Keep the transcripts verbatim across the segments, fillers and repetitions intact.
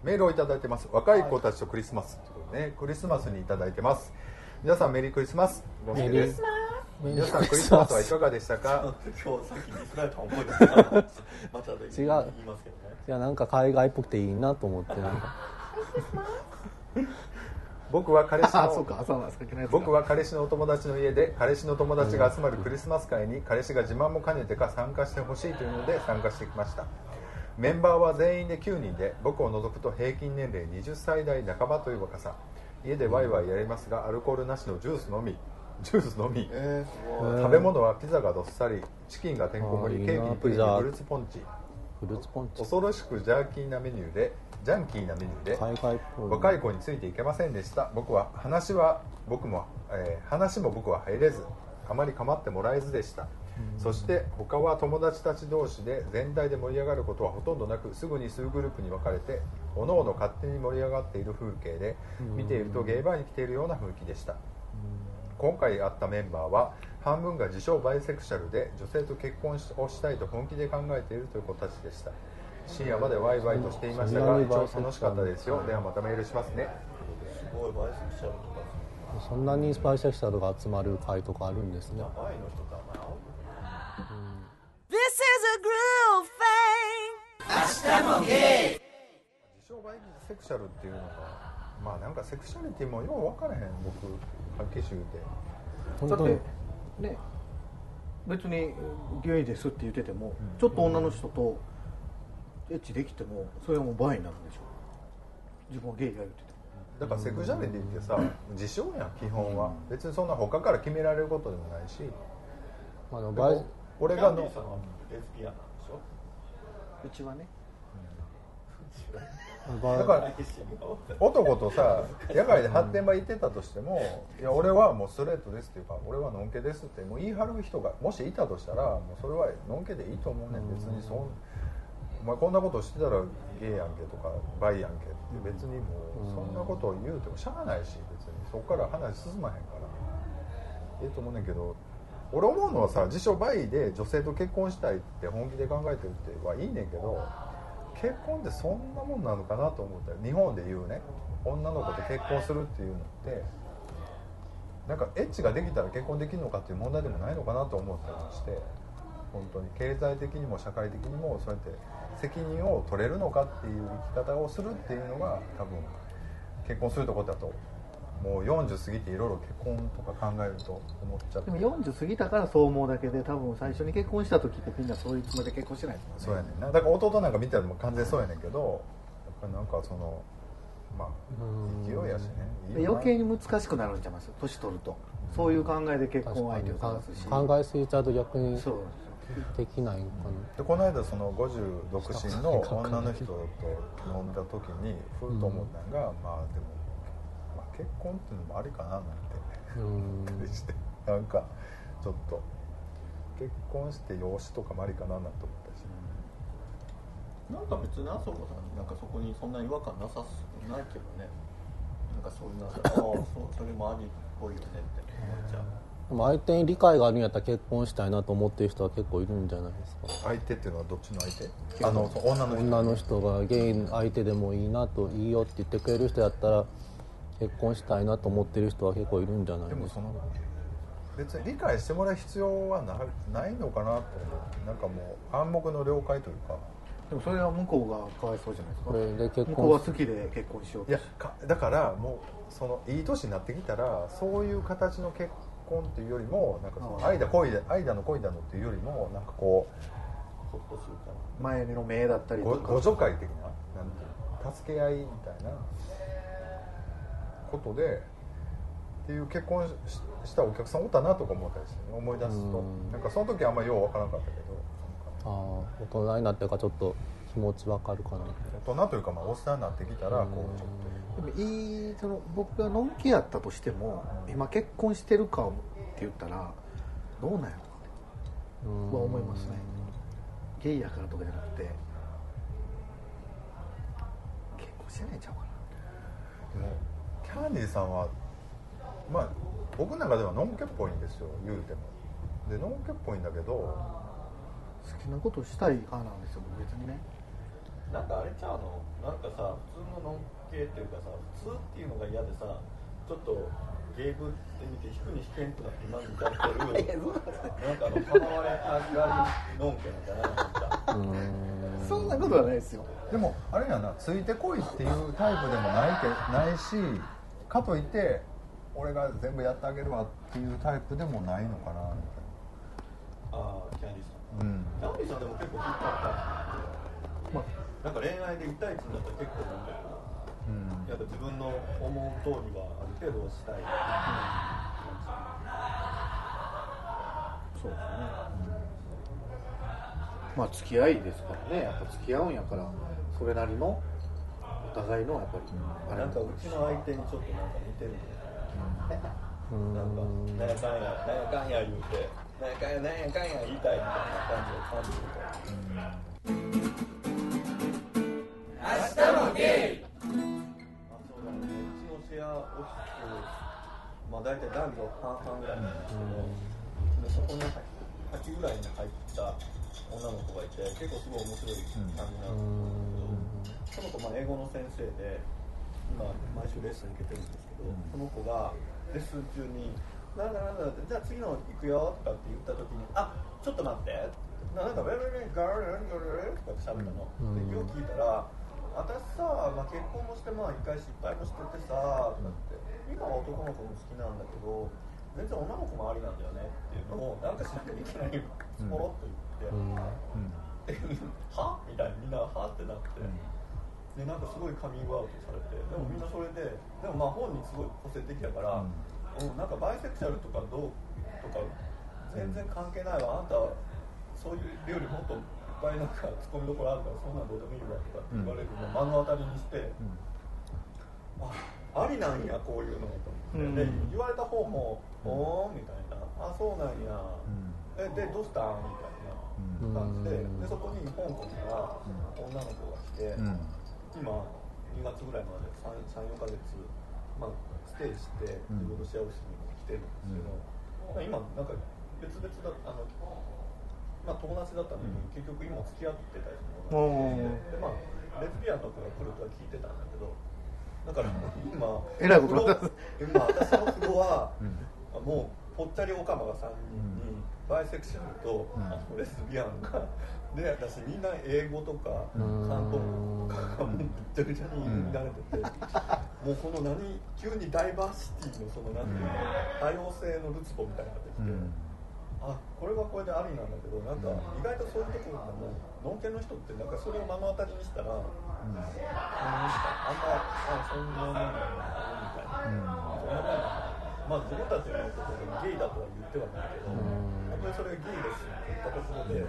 メールをいただいてます。若い子たちとクリスマスということでね、クリスマスにいただいてます。皆さんメリークリスマス。ゴンスケです。皆さんクリスマスはいかがでしたか？ 今日さっきリスナーと思い出したまたで言いますけどね。 いやなんか海外っぽくていいなと思ってなんか僕は彼氏のそうか朝の先のやつ僕は彼氏のお友達の家で彼氏の友達が集まるクリスマス会に彼氏が自慢も兼ねてか参加してほしいというので参加してきました。メンバーは全員できゅうにんで僕を除くと平均年齢はたち代半ばという若さ。家でワイワイやりますがアルコールなしのジュースのみジュースのみ、えー、食べ物はピザがどっさり、チキンがてんこ盛り、ケーキにプリンにフルーツポンチフルーツポンチ恐ろしくジャーキーなメニューでジャンキーなメニューで海外っぽい若い子についていけませんでした。僕は話は僕も、えー、話も僕は入れずあまり構ってもらえずでした。そして他は友達たち同士で全体で盛り上がることはほとんどなく、すぐに数グループに分かれて各々勝手に盛り上がっている風景で、見ているとゲイバーに来ているような雰囲気でした。今回会ったメンバーは半分が自称バイセクシャルで女性と結婚をしたいと本気で考えているという子たちでした。深夜までワイワイとしていましたが、一応楽しかったですよ。ではまたメールしますね。 すごいバイセクシャルとかそんなにバイセクシャルが集まる会とかあるんですね。 バイの人とあんまり会う This is a groove thing. 明日もゲイ。 自称バイセクシャルっていうのが、まあなんかセクシャリティもよう分からへん。僕はっきり言うてだってね、別にゲイですって言ってても、うん、ちょっと女の人とエッチできてもそれはもうバイになるんでしょ。自分はゲイが言っててだからセクシャリティってさ、自称やん基本は、うん、別にそんな他から決められることでもないし、 あのバイ俺がのレズビアンなんでしょ。 うちはね、 だから男とさ野外で発展場行ってたとしても、いや俺はもうストレートですっていうか俺はのんけですってもう言い張る人がもしいたとしたら、もうそれはのんけでいいと思うねん。別にそんお前こんなことしてたらゲイやんけとかバイやんけって別にもうそんなことを言うてもしゃあないし、別にそこから話進まへんからええと思うねんけど、俺思うのはさ、自称バイで女性と結婚したいって本気で考えてるってはいいねんけど、結婚ってそんなもんなのかなと思ったよ。日本で言うね、女の子と結婚するっていうのってなんかエッチができたら結婚できるのかっていう問題でもないのかなと思ったりして、本当に経済的にも社会的にもそうやって責任を取れるのかっていう生き方をするっていうのが多分結婚するところだと、もうよんじゅう過ぎていろいろ結婚とか考えると思っちゃって。 でもよんじゅう過ぎたからそう思うだけで、多分最初に結婚した時ってみんなそういうつもりで結婚してないですもんね。 そうやねんな。だから弟なんか見たらもう完全そうやねんけど、やっぱりなんかそのまあ勢いやしね、 いい余計に難しくなるんちゃいます、年取ると。そういう考えで結婚相手を探すし、 考えすぎちゃうと逆にそうできないのかな。 でこの間そのごじゅう独身の女の人と飲んだ時にふっと思ったのが、うん、まあでも、まあ、結婚っていうのもありかななんてうんしてなんかちょっと結婚して養子とかもありかななんて思ったし、 なんか別にあそこさんなんかそこにそんな違和感なさすないけどね。なんかそういうのああそうそれもありっぽいよねって思っちゃう。 でも相手に理解があるんやったら結婚したいなと思ってる人は結構いるんじゃないですか。 相手っていうのはどっちの相手？あの女の人。 女の人がゲイ相手でもいいなといいよって言ってくれる人やったら結婚したいなと思ってる人は結構いるんじゃないですか。 でもその別に理解してもらう必要は な, ないのかなと思う。なんかもう暗黙の了解というか。 でもそれは向こうがかわいそうじゃないですか。 これで結婚向こうは好きで結婚しようと。 いやだからもうそのいい年になってきたらそういう形の結婚っていうよりもなんかその愛だ恋だ愛だの恋だのっていうよりもなんかこうほっとするかな。 前のめだったりとか互助会的ななんていう助け合いみたいなことでっていう結婚 し, したお客さんおったなとか思ったりして、ね、思い出すとなんかその時あんまりようわからなかったけど、 あ大人になってからちょっと気持ちわかるかな。 大人というかまあおっさんになってきたらこうちょっとでもいいその僕がのんきやったとしても、うん、今結婚してるかって言ったらどうなんやろうっては思いますね。ゲイやからとかじゃなくて結婚してないんちゃうかな。 でもキャンディーさんはまあ僕の中ではのんけっぽいんですよ言うても。でのんけっぽいんだけど好きなことしたい派なんですよ別にね。 なんかあれちゃうのなんかさ普通の系っていうかさ、普通っていうのが嫌でさ、ちょっとゲームって見て引くに引けんくなって今に至ってるなんかあのパワーレハギラリノンケなんじゃないのかそんなことはないですよ。 でもあれやな、ついてこいっていうタイプでもないけないし、かといって俺が全部やってあげるわっていうタイプでもないのかなみたいな。 ああ、キャンディーさん、 うん、 キャンディーさんでも結構引っ張った、まあ、なんか恋愛でいち対いちになったら結構なんだよな、うん、やっぱ自分の思う通りはある程度したい、うん、 そうですね、うん、まあ付き合いですからね、やっぱ付き合うんやからそれなりのお互いのやっぱり、 うん、なんかうちの相手にちょっとなんか似てるんだよね、うん、なんかなんやかんやなんやかんや言うてなんやかんやなんやかんや言いたいみたいな感じを感じるから、 明日もゲイ。 あ、そうだね、うちのシェアオフィス、まあ大体男女半々ぐらいなんですけど、でそこにはちぐらいに入った女の子がいて、結構すごい面白い感じなんですけど、その子まあ英語の先生で今毎週レッスン受けてるんですけど、その子がレッスン中になんだなんだじゃあ次の行くよとかって言った時に、あ、ちょっと待ってなんかウェルウェルガールガールとかって喋ったの、でよく聞いたら、私さ、まあ、結婚もしてまあ一回失敗もしててさとかって、今は男の子も好きなんだけど全然女の子もありなんだよねっていうのをなんかしなきゃいけないスポロッと言って、うんうん、はみたいにみんなはってなって、でなんかすごいカミングアウトされて、でもみんなそれででもまあ本人すごい個性的だから、うんうん、なんかバイセクシャルとかどうとか全然関係ないわ、あんたそういうよりもっといっぱいなんかツッコミどころあるからそんなんどうでもいいわとかって言われるのを目の当たりにして、うん、あ、ありなんやこういうのと思って、うん、で言われた方も、うん、おーみたいな、あ、そうなんや、うん、えでどうしたんみたいな感じで、でそこに香港から女の子が来て、うん、今にがつぐらいまで さん、よんかげつ、まあ、ステイして自分のシェアオフィスに来てるんですけど、うん、今なんか別々だあのまあ、友達だったのに、うん、結局今付き合ってたりするので、まあ、レズビアンの子が来るとは聞いてたんだけど、だから今えらいことだ今私の風呂は、うん、もうぽっちゃりオカマがさんにんに、うん、バイセクシャルと、うん、あのレズビアンがで、私みんな英語とか関東とかがもうぐっちゃぐちゃに見られてて、うん、もうこの何急にダイバーシティのその何ていうの、多様性のるつぼみたいになってきて、うん、あ、これはこれでありなんだけど、なんか意外とそういうところのノンケの人ってなんかそれを目の当たりにしたら、うん、あんまあそんなもんなんだなみたいな、うん、そんなもんまあ自分たちのことでゲイだとは言ってはないけど、本当にそれがゲイですって言ったところで、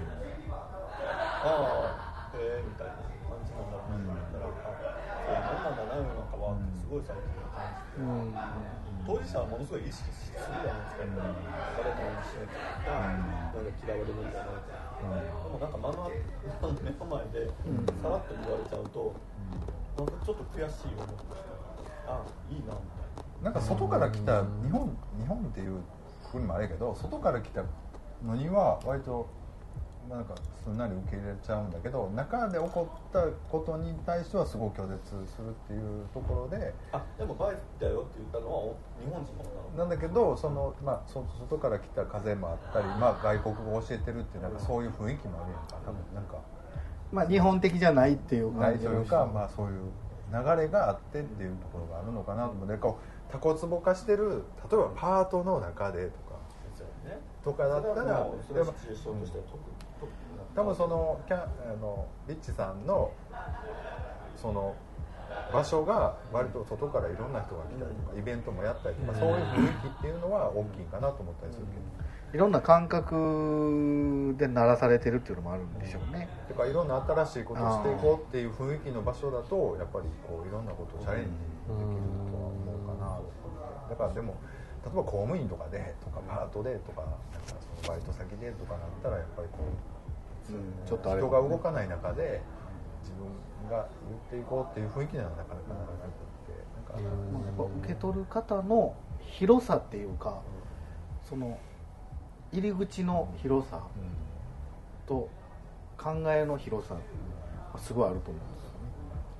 ああへえみたいな感じなんだろうなと思ったら、あ、そうなんだな世の中はってすごい最近感じて、うん、当事者はものすごい意識するじゃないですか、誰かにしなきゃとか、なんか嫌われるんじゃないか、うん、でもなんか目の目の前でさらっと言われちゃうと、なんかちょっと悔しい思いがして、あ、いいなみたいな。 なんか外から来た日本日本っていう国もあれやけど、外から来たのには割となんかすんなり受け入れちゃうんだけど、中で起こったことに対してはすごく拒絶するっていうところで、 あ、でもバイだよって言ったのは日本人もなんだけど、そのまあ外から来た風もあったり、まあ外国語を教えてるっていうなんかそういう雰囲気もあるやんか、多分なんかまあ日本的じゃないっていう感じというか、まあそういう流れがあってっていうところがあるのかなと思って、こうタコツボ化してる、例えばパートの中でとかとかだったら、でも多分そのキャあのリッチさんのその場所が割と外からいろんな人が来たりとか、イベントもやったりとか、そういう雰囲気っていうのは大きいかなと思ったりするけど、 いろんな感覚で鳴らされてるっていうのもあるんでしょうね。 だからいろんな新しいことをしていこうっていう雰囲気の場所だと、やっぱりこういろんなことをチャレンジできるとは思うかなと思って。だからでも例えば公務員とかでとかパートでとか、なんかそのバイト先でとかなったらやっぱりこう、うん、ちょっとあれ、ね、人が動かない中で自分が言っていこうっていう雰囲気ではなかなかなくて、なんか受け取る方の広さっていうか、その入り口の広さと考えの広さはすごいあると思うんですよね。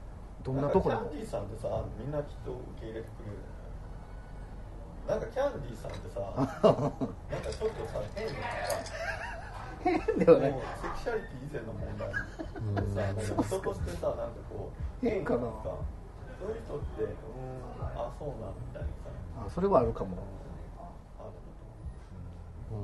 どんなところもキャンディーさんってさみんなきっと受け入れてくれるよね。なんかキャンディーさんってさなんかちょっとさ変に変ではないもうセクシャリティ以前の問題でさ、なんか人としてさなんかこう変かなそういう人ってうーんあそうなんみたいなさあそれはあるかもあるうん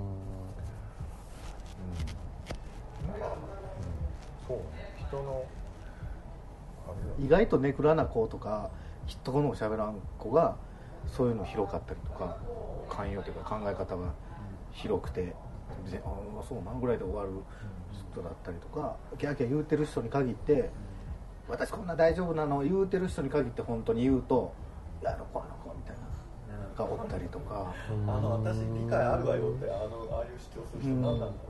そうね人のあれ意外とネクラな子とか一言も喋らん子がそういうの広かったりとか寛容というか考え方が広くて別にああそうなんぐらいで終わる人だったりとかギャーギャー言うてる人に限って私こんな大丈夫なの言うてる人に限って本当に言うといやあの子あの子みたいながおったりとかあの私理解あるわよってあのああいう主張する人何なんだろうね、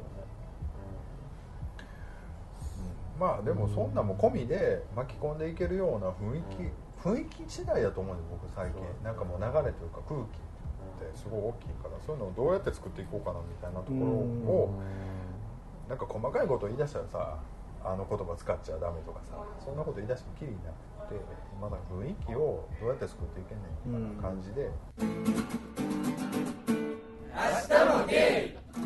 まあでもそんなも込みで巻き込んでいけるような雰囲気、うん、雰囲気次第だと思うんです僕最近なんかもう流れというか空気ってすごい大きいからそういうのをどうやって作っていこうかなみたいなところをなんか細かいことを言い出したらさあの言葉使っちゃダメとかさそんなこと言い出してもきりになってまだ雰囲気をどうやって作っていけんねんみたいな感じで明日もゲイ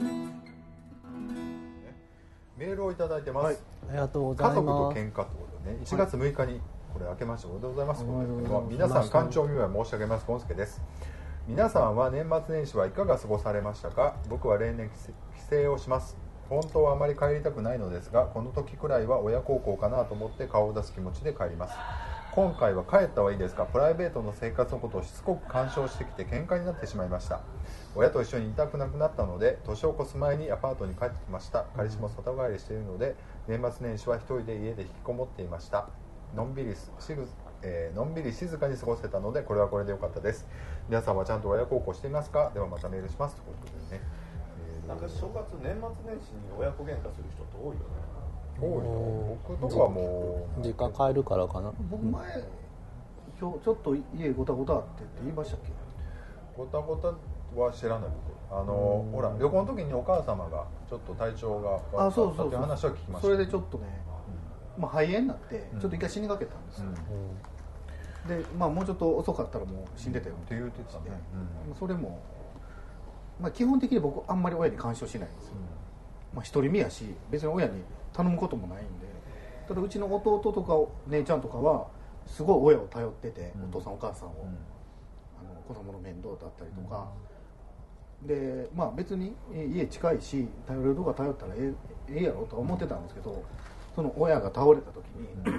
メールをいただいてます、はい、 ありがとうございます。 家族と喧嘩ってことでねいちがつむいかにこれ明けましておめでとうございます、はい、皆さん干潮見舞い申し上げますゴンスケです。皆さんは年末年始はいかが過ごされましたか。僕は例年帰省をします。本当はあまり帰りたくないのですがこの時くらいは親孝行かなと思って顔を出す気持ちで帰ります。今回は帰ったはいいですがプライベートの生活のことをしつこく干渉してきて喧嘩になってしまいました。親と一緒にいたくなくなったので年を越す前にアパートに帰ってきました。彼氏も里帰りしているので年末年始は一人で家で引きこもっていました。のんびりしぐ、えー、のんびり静かに過ごせたのでこれはこれでよかったです。皆さんはちゃんと親孝行していますか。ではまたメールしますということでね、えー、 なんか正月年末年始に親子喧嘩する人って多いよね。 多いよ。僕とかはもう実家帰るからかな。 僕前今日ちょっと家ごたごたってって言いましたっけ。 ごたごたは知らない僕あのほら旅行の時にお母様がちょっと体調が悪かったっていう話は聞きました。 それでちょっとね、うんまあ、肺炎になってちょっと一回死にかけたんですよ、うん、で、まあ、もうちょっと遅かったらもう死んでたよって言ってたね、うん、それも、まあ、基本的に僕あんまり親に干渉しないんですよ、うんまあ、独り身やし別に親に頼むこともないんでただうちの弟とか姉ちゃんとかはすごい親を頼ってて、うん、お父さんお母さんを、うん、あの子供の面倒だったりとか、うん、でまあ別に家近いし頼れるとか頼ったらええええやろとは思ってたんですけどその親が倒れた時に、うん、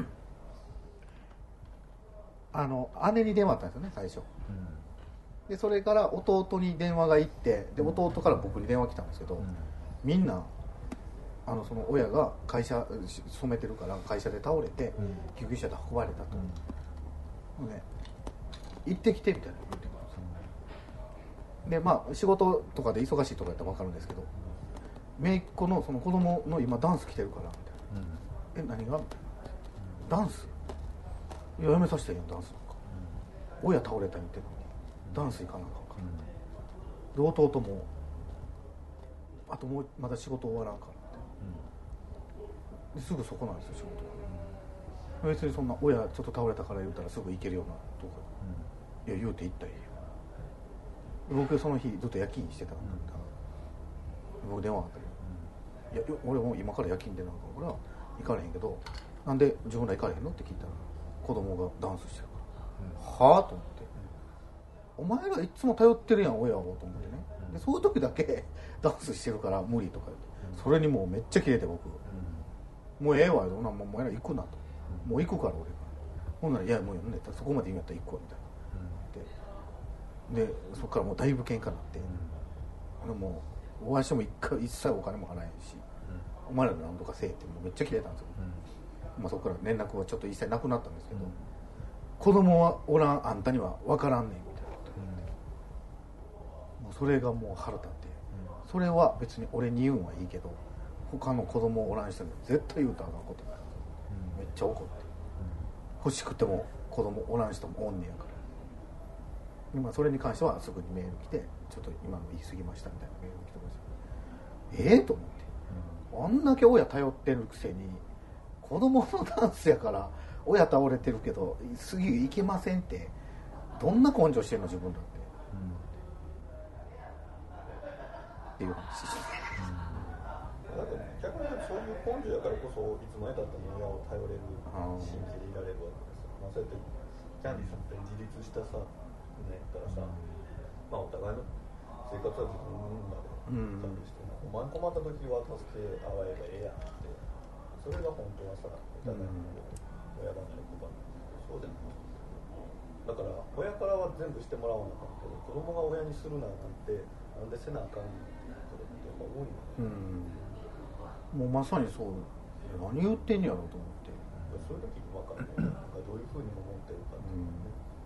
あの姉に電話あったんですよね最初、うん、でそれから弟に電話が行ってで弟から僕に電話来たんですけど、うん、みんなあのその親が会社勤めてるから会社で倒れて、うん、救急車で運ばれたと、うんね、行ってきてみたいな言ってくるんですよ、うん、でまあ仕事とかで忙しいとかやったら分かるんですけど姪っ子のその子供の今ダンス来てるからみたいな、うん、え何がみたいな、ダンスいややめさせてよダンスなんか、うん、親倒れた言ってるのにダンス行かなあかんから、うん、で弟もあともうまだ仕事終わらんからすぐそこなんですよ仕事が、うん、別にそんな親ちょっと倒れたから言うたらすぐ行けるようなとこ、うん、いや言うて行ったらいいよ僕その日ずっと夜勤してたんだから、うん、僕電話あったけど、うん、いや俺も今から夜勤でなんか俺は行かれへんけどなんで自分ら行かれへんのって聞いたら子供がダンスしてるから、うん、はぁと思って、うん、お前らいつも頼ってるやん親をと思ってね、うん、でそういう時だけダンスしてるから無理とか言って、うん、それにもうめっちゃキレて僕、もうええわよ、もうお前ら行くなと、うん、もう行くから俺が、ほんならいやもうやんねそこまで言うんやったら行くわみたいな、うん、で, でそこからもうだいぶ喧嘩になって、うん、俺もうお会いしても一回一切お金も払えんし、うん、お前らで何とかせえってもうめっちゃキレたんですよ、うんまあ、そこから連絡はちょっと一切なくなったんですけど、うん、子供はおらんあんたには分からんねんみたいなこと言って、うん、もうそれがもう腹立って、うん、それは別に俺に言うんはいいけど他の子供をおらん人に絶対言うたらあかんことない、うん、めっちゃ怒って、うん、欲しくても子供おらん人もおんねやからで、まあ、それに関してはすぐにメール来てちょっと今の言い過ぎましたみたいなメールが来てました。ええー、と思って、うん、あんだけ親頼ってるくせに子供のダンスやから親倒れてるけど次行けませんってどんな根性してるの自分だって、うん、っていう話ですね。 なんか逆にそういう根性やからこそいつまでたっても親を頼れる信じでいられるわけですよ。まあ、そうやってキャンディーさんって自立したさねったらさ、まあお互いの生活は自分の分までちゃんとして、うん、お前困った時は助け合えばええやんって、それが本当はさお互いの親離れ子離れ、そうじゃない。だから親からは全部してもらわなかったけど子供が親にするななんてなんでせなあかんのっていう子ってやっぱ多いのね。 うん、もうまさにそう。何言ってんやろうと思って。 そういう時に分かるね。なんかどういうふうに思ってるかっていう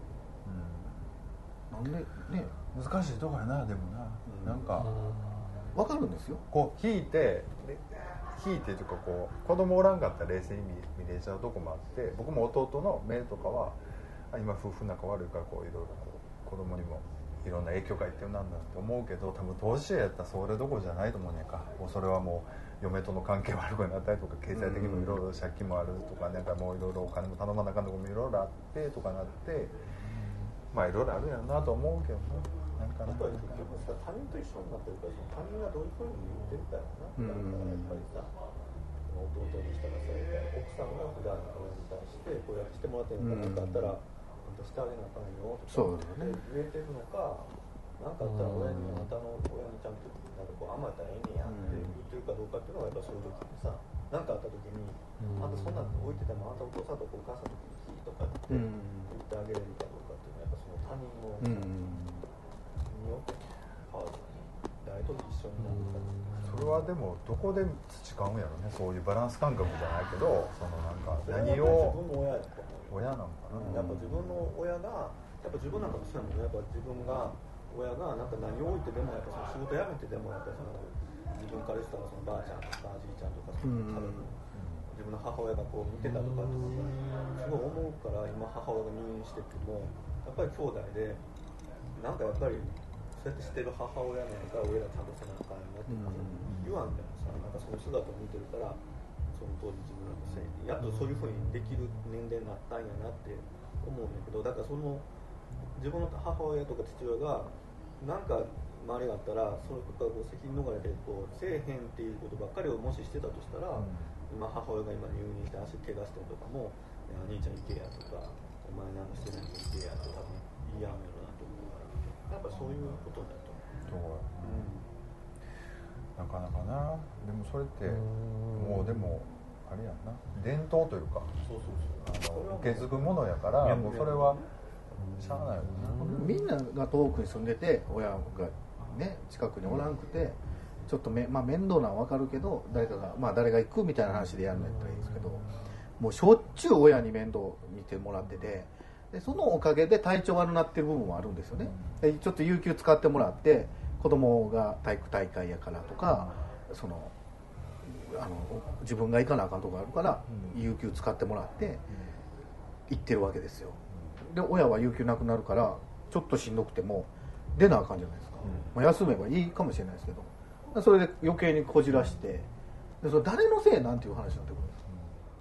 のね。うん、なんでね。 難しいとこやなでもな。うん、なんか分かるんですよ。 こう引いて引いてというかこう子供おらんかったら冷静に見れちゃうとこもあって、僕も弟の目とかは今夫婦仲悪いからこういろいろこう子供にもいろんな影響がいってるなんだって思うけど、多分当事者やったらそれどころじゃないと思うねんか。もうそれはもう嫁との関係悪くなったりとか経済的にもいろいろ借金もあるとか、なんかもういろいろお金も頼まなあかんとこもいろいろあってとかなって、まあいろいろあるやろなと思うけどな。なんかな。 やっぱり結局さ他人と一緒になってるから、その他人がどういうふうに言ってるかやな。だからやっぱりさ、弟にしたらさ、奥さんが普段の親に対してこうやってしてもらってるのかなんかあったら、してあげなあかんよとか言えてるのか、なんかあったら親にあなたの親にちゃんとなんかこう甘えたらええねやって言ってるかどうかっていうのがやっぱそういう時にさ、なんかあった時に、あんたそんなん置いててもあんたお父さんとお母さんの時に聞いとかって言ってあげれるかどうかっていうのはやっぱその他人のによって変わるよね。誰と一緒になるか。 それはでもどこで培うんやろね、そういうバランス感覚じゃないけど、そのなんか何を自分の親やと思う。 親なのかな、 やっぱ自分の親がやっぱ自分なんかもそうやもんね。やっぱ自分が親がなんか何を置いてでもやっぱその仕事辞めてでもやっぱその自分からしたらそのばあちゃんとかおじいちゃんとかその家族、自分の母親がこう見てたとかってすごい思うから、今母親が入院しててもやっぱり兄弟でなんかやっぱりそうやってしてる母親なんか親がちゃんとせなあかんなって言わんでもさ、なんかその姿を見てるからその当時自分らのせいやっとそういうふうにできる年齢になったんやなって思うんだけど、だからその自分の母親とか父親がなんか周りがあったらそれとかこう責任逃れでこうせえへんっていうことばっかりをもししてたとしたら、うん、今母親が今入院して足怪我してるとかもお兄ちゃん行けやとかお前なんかしてないと行けやと多分言いやめるなと思うから、やっぱそういうことだと思う。 そう、うん、なかなかな。でもそれってもうでもあれやんな、伝統というか、 そうそうそう、 あの受け継ぐものやから、もうそれはしゃあないよね。 みんなが遠くに住んでて親がね近くにおらんくてちょっとめ、まあ、面倒なのは分かるけど誰かが、まあ、誰が行くみたいな話でやるんだったらいいですけど、もうしょっちゅう親に面倒見てもらってて、でそのおかげで体調悪くなってる部分もあるんですよね。でちょっと有給使ってもらって子供が体育大会やからとか、そのあの自分が行かなあかんとこあるから有給使ってもらって行ってるわけですよ。で親は有給なくなるからちょっとしんどくても出なあかんじゃないですか、まあ、休めばいいかもしれないですけど、それで余計にこじらして、でそれ誰のせいなんていう話になってくるんです。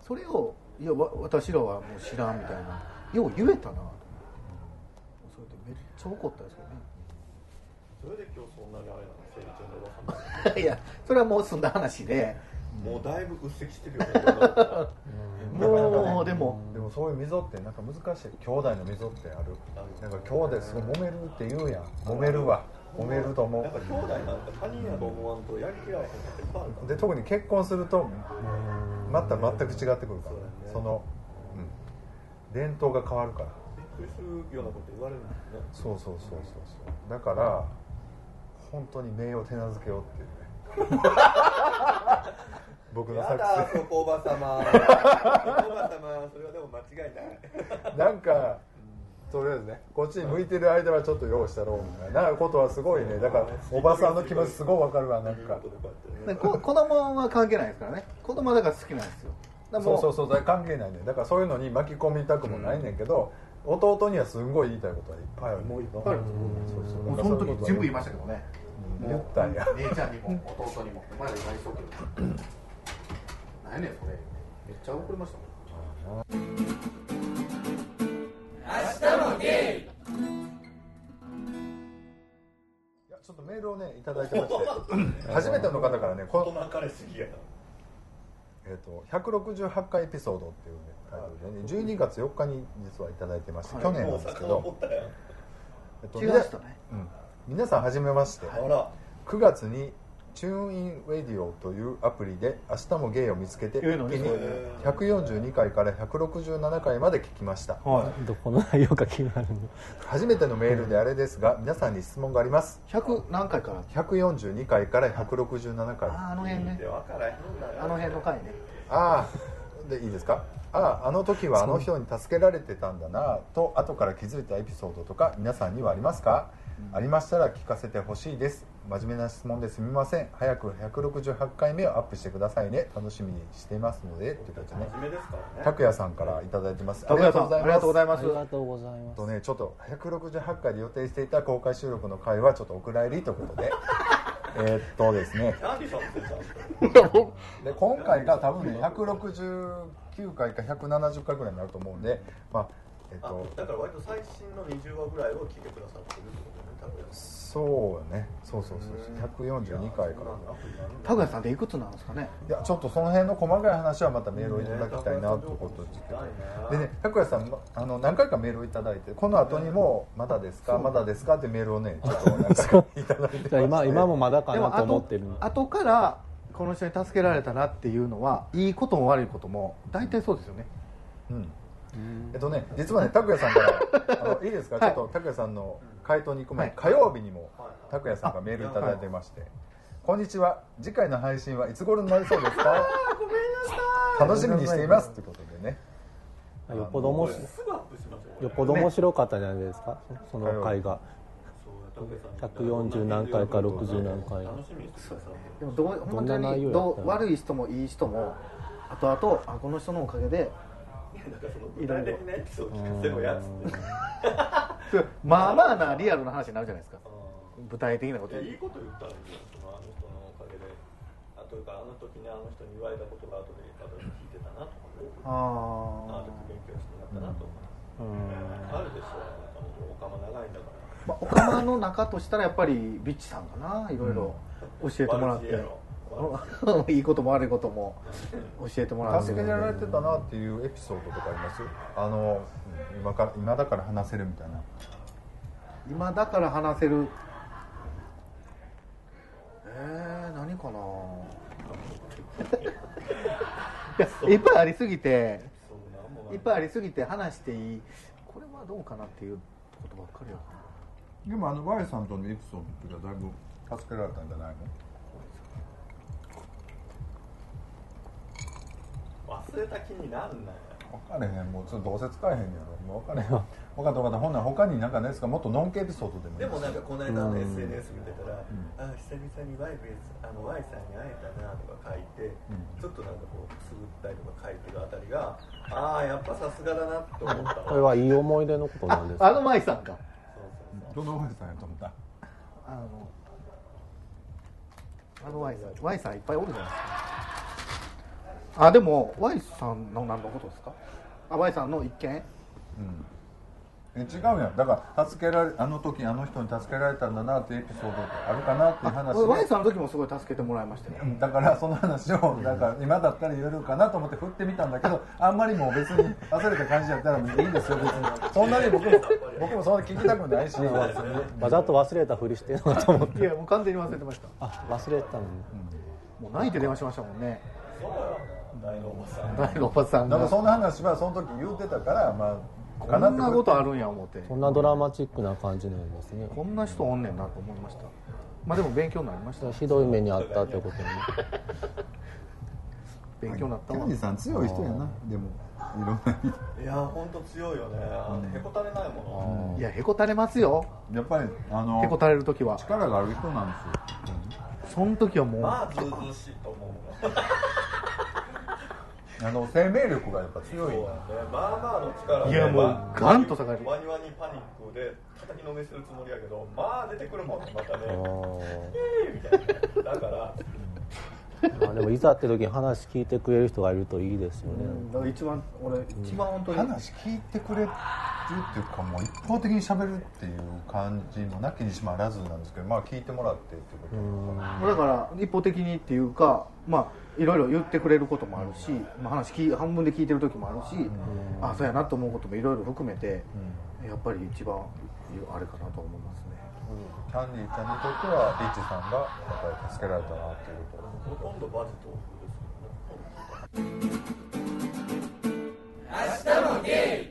それをいや私らはもう知らんみたいな、よう言えたなと思って、それでめっちゃ怒ったですよね。 それで今日そんなにあれなの、成長のおばさんいやそれはもう済んだ話で、 もうだいぶうっせきしてるよねもうでもでもそういう溝ってなんか難しい。兄弟の溝ってある。なんか兄弟すごい揉めるって言うやん。揉めるわ。揉めると思う。 やっぱ兄弟なんか他人やと思わんとやりきられへんっていっぱいあるから。 で特に結婚するとまた全く違ってくるから、ね、その、うん、伝統が変わるから。 びっくりするようなこと言われるんですね。 そうそうそうそうそう。だから本当に名誉手なずけようっていうね。僕の作戦。 やだそこおばさまおばさま、それはでも間違いないなんかとりあえずね、こっちに向いてる間はちょっと用意したろうみたいなことはすごいね。だからおばさんの気持ちすごいわかるわ。なんか子供は関係ないですからね。子供はだから好きなんですよ。 そうそうそう、関係ないね。だからそういうのに巻き込みたくもないねんけど、うん、弟にはすんごい言いたいことはいっぱいある。 もういっぱいある。もうその時全部言いましたけどね。 言ったんや。 姉ちゃんにも弟にも。まだ言いそうけど。何やねんそれ。めっちゃ怒りましたもん。 いやちょっとメールをねいただいてまして初めての方からねこの彼すぎやなえー、とひゃくろくじゅうはちかいエピソードっていう、ね、タイトルで、ね、じゅうにがつよっかに実はいただいてまして、はい、去年なんですけど、 えっと、違いましたね、 うん、皆さんはじめまして、はい、くがつにチューンインラディオというアプリで明日もゲイを見つけて一気にひゃくよんじゅうにかいからひゃくろくじゅうななかいまで聞きました、 はい、どこの内容か気になるの初めてのメールであれですが皆さんに質問があります。 ひゃく何回からひゃくよんじゅうにかいからひゃくろくじゅうななかい、 あ, あの辺ねあの辺の回ねああでいいですか。あああの時はあの人に助けられてたんだなと後から気づいたエピソードとか皆さんにはありますか、うん、ありましたら聞かせてほしいです。真面目な質問ですみません。早くひゃくろくじゅうはちかいめをアップしてくださいね。楽しみにしていますのでということでね、拓也さんからいただいてます。 ありがとうございます。ありがとうございます。 ありがとうございます。 とねちょっとひゃくろくじゅうはちかいで予定していた公開収録の回はちょっとお蔵入りということでえーっとですねで今回が多分ねひゃくろくじゅうきゅうかいかひゃくななじゅっかいぐらいになると思うんで、まあえっと、 だから割と最新のにじゅうわぐらいを聞いてくださってるってことね。 そうね、そうそうそうひゃくよんじゅうにかいから拓也さんっていくつなんですかね。 いやちょっとその辺の細かい話はまたメールをいただきたいなということですけど、でね拓也さんあの何回かメールをいただいてこの後にもまだですかまだですかってメールをねちょっと何回かいただいてまして今今もまだかなと思ってる。 でも後からこの人に助けられたなっていうのはいいことも悪いことも大体そうですよね。 うんえっとね、実はね拓也さんからあのいいですか、はい、ちょっと拓也さんの回答に行く前、はい、火曜日にも拓也さんがメールいただいてまして、はい、こんにちは次回の配信はいつ頃になりそうですかごめんなさい楽しみにしていますということでねよっぽど面白よっぽど面白かったじゃないですか、ね、その回がひゃくよんじゅうなんかいかろくじゅうなんかいでもどう本当にどう悪い人もいい人も後々あこの人のおかげでいろいろまあまあなリアルな話になるじゃないですか。具体的なこといいこと言ったらいいよそのあの人のおかげであというかあの時にあの人に言われたことが後で私聞いてたなとかああの時勉強してなったなとかあるでしょう。おかま長いんだから、 まあ、おかまの中としたらやっぱりビッチさんかないろいろ教えてもらって、うん、いいことも悪いことも教えてもらって助けられてたなっていうエピソードとかあります？あの 今, から今だから話せるみたいな。 今だから話せるえー、何かないやいっぱいありすぎていっぱいありすぎて話していいこれはどうかなっていうことばっかりやでもあの Y さんとのエピソードってだいぶ助けられたんじゃないの？ 忘れた気になんない分かれへんもうちょっとどうせ使えへんやろもう分かれへん分かった分かったほんなら他に何かないですかもっとノンケエピソードでもいいでもなんかこの間の エスエヌエス 見てたら、うん、あ久々に Y, あの Y さんに会えたなとか書いて、うん、ちょっとなんかこうくすぐったりとか書いてるあたりがああやっぱさすがだなと思ったこれはいい思い出のことなんですか？ あ, あの Y さんかどの Y さんやと思った？ あのあの Y さん Y さんいっぱいおるじゃないですか。あでも Y さんの何のことですか？あ Y さんの一件、 うん、え違うやんだから助けられあの時あの人に助けられたんだなっていうエピソードってあるかなっていう話で Y さんの時もすごい助けてもらいましたね。 だからその話をなんか今だったら言えるかなと思って振ってみたんだけどあんまりもう別に忘れた感じだったらいいんですよ別にそんなに僕も僕もそんな聞きたくないしわざと忘れたふりしてるのかと思っていやもう完全に忘れてました。 あ忘れてたのに、 うん、もう泣いて電話しましたもんね。 そうよ大のおばさん大のおばさんがなんかそんな話はその時言うてたからまあこんなことあるんや思ってそんなドラマチックな感じなんですね。 こんな人おんねんなと思いました。まあでも勉強になりました。 ひどい目にあったってことに勉強になったわ。 キャンディさん強い人やな。でもいろんな意味でいや本当強いよね、うん、へこたれないもの。いやへこたれますよやっぱりあのへこたれる時は力がある人なんですよ、 うん、その時はもうまあずうずうしいと思うあの生命力がやっぱ強いんだ、ね、 まあまあの力でいやもうガンと下がるワニワニパニックで叩きのめするつもりやけどまあ出てくるもんねまたねえーみたいなだからまあでもいざって時に話聞いてくれる人がいるといいですよね、 うん、だから一番俺一番本当に話聞いてくれるっていうかもう一方的に喋るっていう感じもなきにしもあらずなんですけど、まあ聞いてもらってっていうことなのかな。 だから一方的にっていうかまあいろいろ言ってくれることもあるし、まあ、話聞半分で聞いてる時もあるし、あそうやなと思うこともいろいろ含めて、やっぱり一番あれかなと思いますね。 キャンディーちゃんにとってはリッチさんがやっぱり助けられたなっていうこと。 ほとんどバジと明日もゲイ。 リッ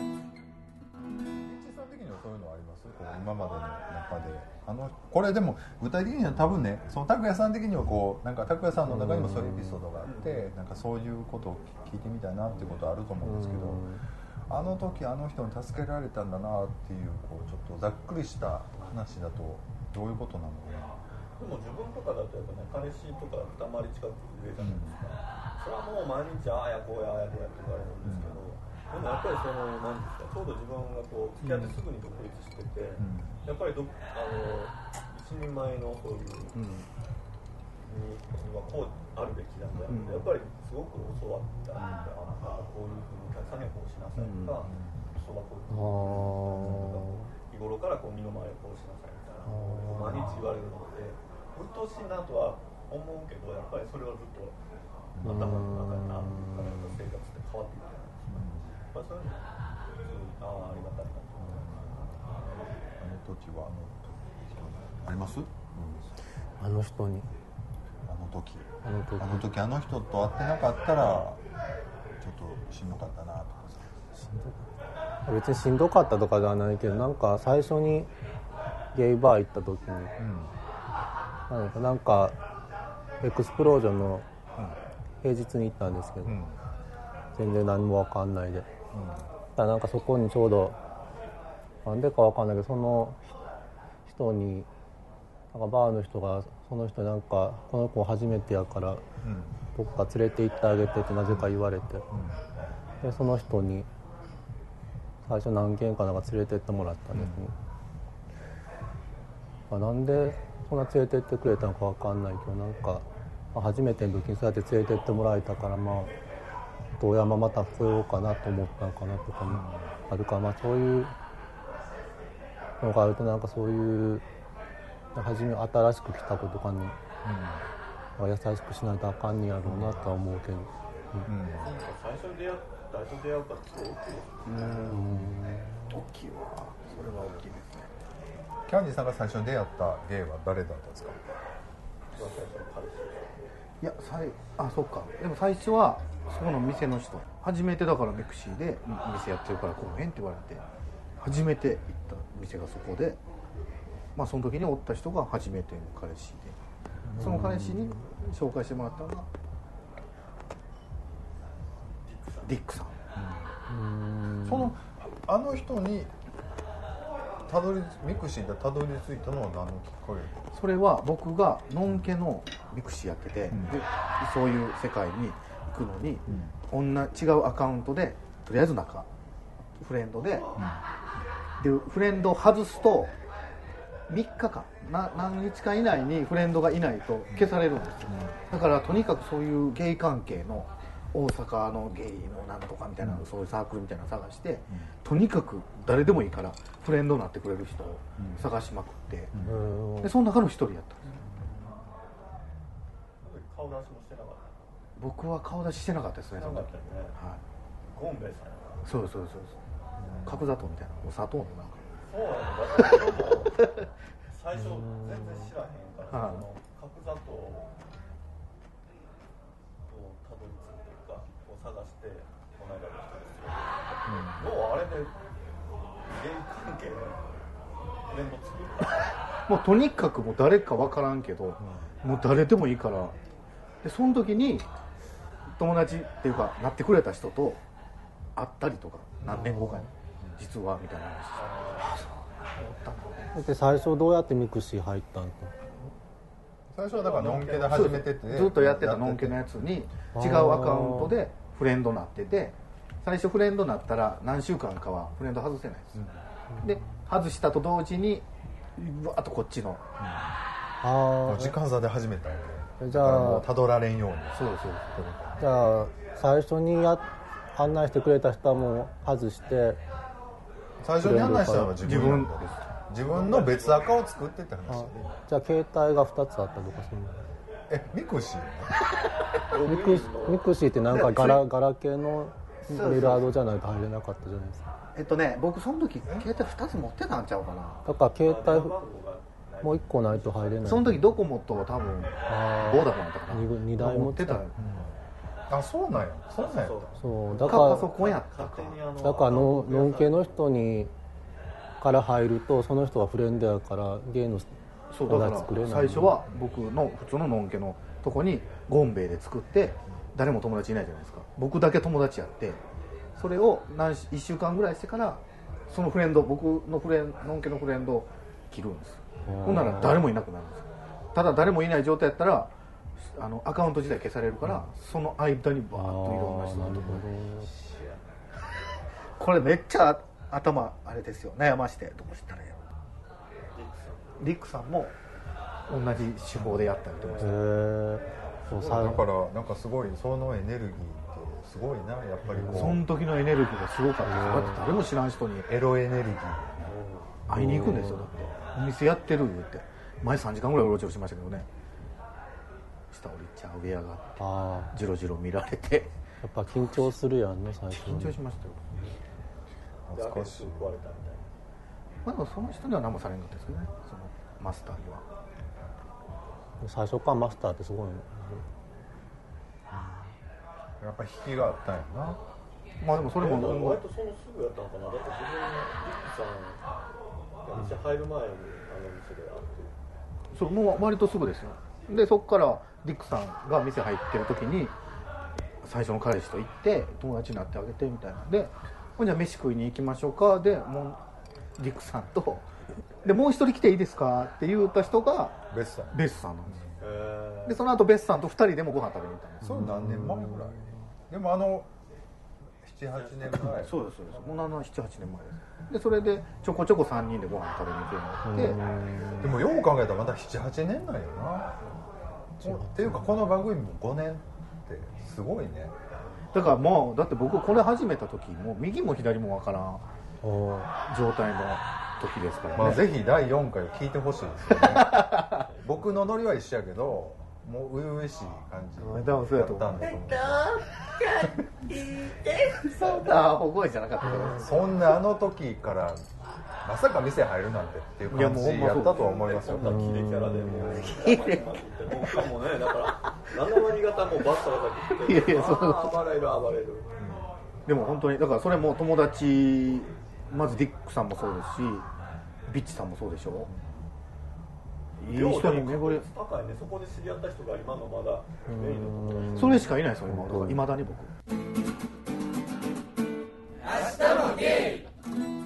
チさん的にはそういうのはあります？こう今までの中であのこれでも具体的には多分ね、その拓哉さん的にはこうなんか拓哉さんの中にもそういうエピソードがあって、なんかそういうことを聞いてみたいなっていうことはあると思うんですけど、あの時あの人に助けられたんだなっていうこうちょっとざっくりした話だとどういうことなのかな。 でも自分とかだとやっぱね、彼氏とか二回り近く上じゃないですか、うん、それはもう毎日ああやこうやああやこうやって言われるんですけど、うん、でもやっぱりその何ですか、ちょうど自分がこう付き合ってすぐに独立してて、うん、やっぱりどあの一人前のそういう、うんにはこうあるべきだとやって、うん、やっぱりすごく教わったりとか、あなたこういうふうにお客さんにはこうしなさいとか、教わって日頃からこう身の回りをこうしなさいみたいな毎日言われるので、うっとうしいなとは思うけど、やっぱりそれはずっと頭の中にあるから、生活って変わっていくじゃないですか。やっぱそういうのはああ、ありがたいなと思います。 あの時はあの人あります？ あの人にあの時あの時あの時あの人と会ってなかったらちょっとしんどかったなとかさ。 しんどかった別にしんどかったとかではないけど、なんか最初にゲイバー行った時に、うん、なんかなんかエクスプロージョンの平日に行ったんですけど、うん、全然何も分かんないで、うん、だなんかそこにちょうどなんでか分かんないけど、その人になんかバーの人がその人なんかこの子初めてやから、うん、どっか連れて行ってあげてってなぜか言われて、うん、でその人に最初何軒かなんか連れてってもらったんですね、うん、なんでそんな連れてってくれたのか分かんないけど、なんか、まあ、初めての時にそうやって連れてってもらえたから、まあ遠山また来ようかなと思ったのかなとかもあるから、まあそういうのがあるとなんかそういう初め新しく来た子とかに、うん、優しくしないとあかんねやろうなとは思うけど、うんうん、最初に出会う誰と出会うかって大きいですね。うん、大きいわ。それは大きいですね。 キャンディさんが最初に出会ったゲイは誰だったんですか？ いや、さいあ、そっか。でも最初はそこの店の人、初めてだからミクシーで店やってるから来へんって言われて、初めて行った店がそこで、まあその時におった人が初めての彼氏で、その彼氏に紹介してもらったのがディックさん。 うん、そのあの人にたどりミクシーでたどり着いたのは何のきっかけ？ それは僕がノンケのミクシーやってて、うん、でそういう世界に行くのに、うん、女違うアカウントでとりあえずなんかフレンドで、うん、でフレンドを外すとみっかかんな何日か以内にフレンドがいないと消されるんですよ、うん、だからとにかくそういうゲイ関係の大阪のゲイのなんとかみたいな、うん、そういうサークルみたいなの探して、うん、とにかく誰でもいいからフレンドになってくれる人を探しまくって、うん、でその中の一人やったんですよ、 うん、顔出しもしてなかった？ 僕は顔出ししてなかったですね、その時、ね、 はい、ゴンベイさんやそうそうそうそう、角砂糖みたいなお砂糖のなんかそうなんだ、だ最初全然知らへんから、その角砂糖をたどり着いてるかを探してこの間の人ですよ、うん、もうあれでゲイ関係のフレンド作ったもうとにかくもう誰か分からんけど、うん、もう誰でもいいから、でその時に友達っていうかなってくれた人と会ったりとか何年後かに実はみたいな話して、 で最初どうやってミクシー入ったの？ 最初はだからノンケで始めてて、 ずっとやってたノンケのやつに違うアカウントでフレンドになってて、最初フレンドになったら何週間かはフレンド外せないです、うん、で外したと同時にうわっとこっちの、うん、 あ時間差で始めたんでじゃあたどられんように。 そうですそうです。 じゃあ最初にや案内してくれた人はもう外して最初に案内したのは自分自分です。 自分の別アカを作ってって話あで。 じゃあ携帯がふたつあったとかそんなえミクシーミクシミクシーってなんかガラガラ系のメールアドじゃないと入れなかったじゃないですか。 えっとね僕その時携帯ふたつ持ってたんちゃうかな。 だから携帯もういっこないと入れない。 その時ドコモと多分あボーダフォンだったかな。 ににだい持ってた持あそうなんやそうなんやそうだかパソコンやったか。 らだからののんけの人にから入るとその人がフレンドやからゲイのそうだから最初は僕の普通ののんけのとこにゴンベイで作って誰も友達いないじゃないですか。僕だけ友達やってそれを何しいっしゅうかんぐらいしてからそのフレンド僕のフレンのんけのフレンドを切るんです。ほんなら誰もいなくなるんです。ただ誰もいない状態やったらあのアカウント自体消されるから、うん、その間にバーッといろんな人のところこれめっちゃ頭あれですよ悩ましてどうしたらいいの。リックさんも同じ手法でやったりとかして、 そうだからなんかすごいそのエネルギーってすごいなやっぱりこうその時のエネルギーがすごかったです。だって誰も知らん人にエロエネルギー会いに行くんですよ。だってお店やってる言って前さんじかんぐらいうろちょろしましたけどね。下降りちゃう上上がってジロジロ見られてやっぱ緊張するやんね最初。 緊張しましたよ。 懐かしい。 まあでもその人には何もされんかったですけどねそのマスターには。 最初からマスターってすごいね。 やっぱ引きがあったんやな。 まあでもそれも割とそのすぐやったのかな。だって自分リックさんが店入る前にあの店で会ってそうもう割とすぐですよ。でそこからディックさんが店入ってる時に最初の彼氏と行って友達になってあげてみたいなでほんじゃ飯食いに行きましょうかでもうディックさんとでもう一人来ていいですかって言った人がベスさんベスさんなんですよ。でその後ベスさんとふたりでもご飯食べに行ったんです。 それ何年前ぐらい。でもあのななはちねんまえそうですそうですもうななはちねんまえです。でそれでちょこちょこさんにんでご飯食べに行くようになってでもよう考えたらまだななはちねんなんよな。っていうかこの番組もごねんってすごいね。 だからもうだって僕これ始めた時もう右も左もわからん状態の時ですからね。 まあぜひだいよんかいを聞いてほしいですよね。僕のノリは一緒やけどもう初々しい感じだそうやと思う。そんな大声じゃなかったけどそんなあの時からまさか店入るなんてっていう感じやったとは思いますよ。 そんなキレキャラでもうキレ僕はもうねだからなな割方もうバッサバサ切っていやいやそう暴れる暴れる、うん、 でも本当にだからそれも友達まずディックさんもそうですしビッチさんもそうでしょ。いい人に巡り高いね。そこで知り合った人が今のまだメインの友達それしかいないですよ今だから未だに僕明日もゲイ。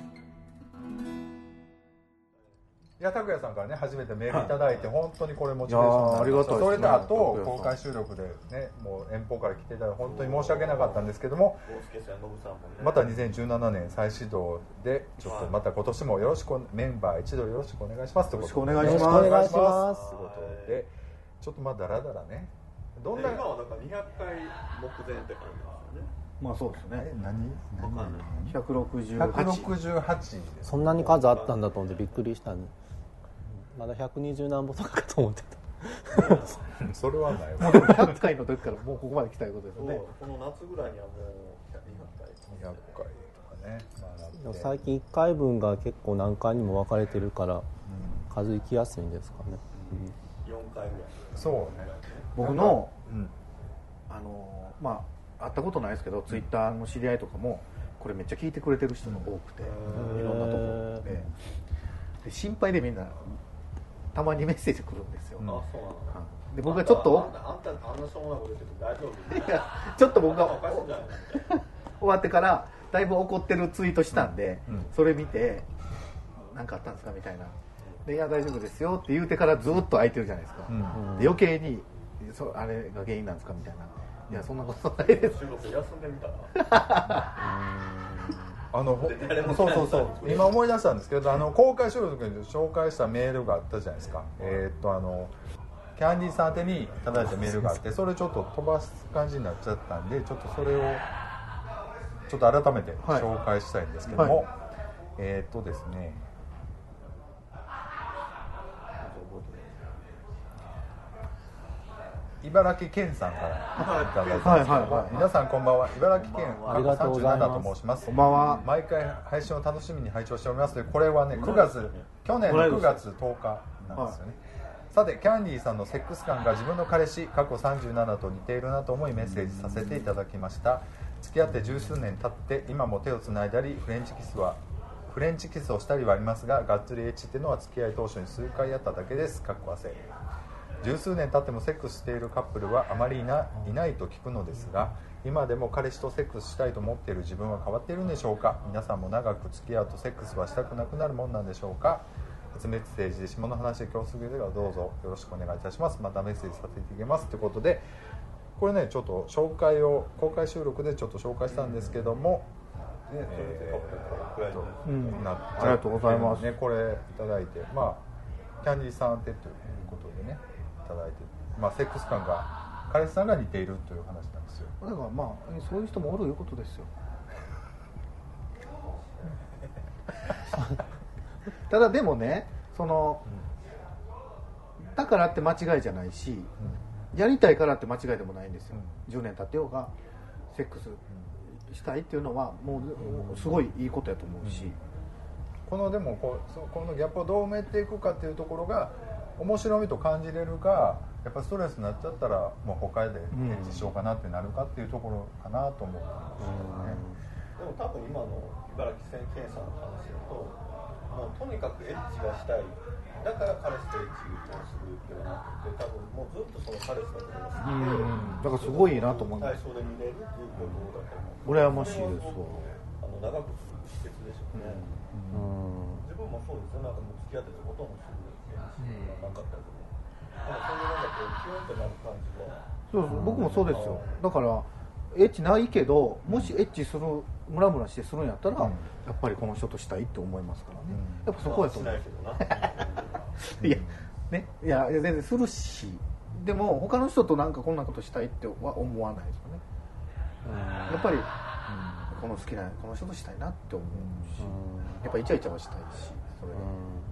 いや拓也さんからね初めてメールいただいて本当にこれモチベーションになりました。それであと公開収録でねもう遠方から来ていただいて本当に申し訳なかったんですけどもまたにせんじゅうななねん再始動でちょっとまた今年もよろしくメンバー一同よろしくお願いしますということでよろしくお願いしますということでちょっとまあだらだらねどんな今はだからにひゃっかい目前って感じですよね。 まあそうですね。 え何何ひゃくろくじゅうはちひゃくろくじゅうはちですそんなに数あったんだと思ってびっくりしたね。まだひゃくにじゅうなんぼとかかと思ってた。 それはないもうでもひゃっかいの時からもうここまで来たいことですよね。 この夏ぐらいにはもうにひゃっかいにひゃっかいとかね、まあ、なってでも最近いっかいぶんが結構何回にも分かれてるから、うん、数いきやすいんですかね、 うん、よんかいぐらいそうね。 僕の、 うん、 あのまあ会ったことないですけど、うん、ツイッターの知り合いとかもこれめっちゃ聞いてくれてる人が多くて、うん、いろんなところでで心配でみんなたまにメッセージ来るんですよ、 うん、あそうなの、 うん、で僕がちょっとあんたあんたあんなしょうもないこと言ってて大丈夫？ いやちょっと僕がおかしいんじゃない終わってからだいぶ怒ってるツイートしたんで、うんうん、それ見て何かあったんですかみたいなでいや大丈夫ですよって言うてからずっと空いてるじゃないですか、うん、で余計にそあれが原因なんですかみたいないやそんなことないです収録休んでみたらあのそうそうそう今思い出したんですけどあの公開収録の時に紹介したメールがあったじゃないですか、えー、っとあのキャンディーさん宛てにいただいたメールがあって、それちょっと飛ばす感じになっちゃったんで、ちょっとそれをちょっと改めて紹介したいんですけども、はい、えー、っとですね茨城県さんからいただいたんですけども、皆さんこんばんは。茨城県さんじゅうななと申します。 こんばんは。 毎回配信を楽しみに拝聴しておりますので、これはねくがつ去年のくがつとおかなんですよね。さてキャンディーさんのセックス感が自分の彼氏過去さんじゅうななと似ているなと思いメッセージさせていただきました。付き合って十数年経って今も手をつないだりフレンチキスはフレンチキスをしたりはありますが、がっつりエッチっていうのは付き合い当初に数回やっただけです。かっこ汗。十数年経ってもセックスしているカップルはあまりいな、いないと聞くのですが、今でも彼氏とセックスしたいと思っている自分は変わっているんでしょうか。皆さんも長く付き合うとセックスはしたくなくなるもんなんでしょうか。初メッセージで下の話で今日すぐではどうぞよろしくお願いいたします。またメッセージさせていただきますということで、これねちょっと紹介を公開収録でちょっと紹介したんですけども、 ね、えーうん、 なっちゃって、ね、 ありがとうございます。 これいただいて、まあキャンディーさん宛てということでねいただいて、まあセックス感が彼氏さんが似ているという話なんですよ。 だからまあそういう人もおるいうことですよ。ただでもね、その、うん、だからって間違いじゃないし、うん、やりたいからって間違いでもないんですよ、うん、じゅうねん経ってようがセックスしたいっていうのはもうすごいいいことやと思うし、うん、 このでもこうこのギャップをどう埋めていくかっていうところが面白みと感じれるか、やっぱストレスになっちゃったらもう他でエッチしようかなってなるかっていうところかなと思ったんですよね、 うん、でも多分今の茨城県検査の話だと、もうとにかくエッチがしたい、だから彼氏とエッチをするっていうのはなくて、多分もうずっとその彼氏のことが好きで、うん、 だからすごいなと思うんです。 対象で見れるっていうことだと思う。 羨ましいですわ。 あの長く続く秘訣でしょうね、うん、自分もそうですよ。なんかもう付き合っててほとんどするエッチがなかったりとか、なんかそういうなんかこうキュンってなる感じは。 そうそう、僕もそうですよ。だからエッチないけど、もしエッチするムラムラしてするんやったら、うん、やっぱりこの人としたいって思いますからね、うん、やっぱそこやと思う。いやね、いや全然するし、でも他の人となんかこんなことしたいっては思わないですよね、うん、やっぱり、うん、この好きなこの人としたいなって思うし、うん、やっぱイチャイチャはしたいし、それ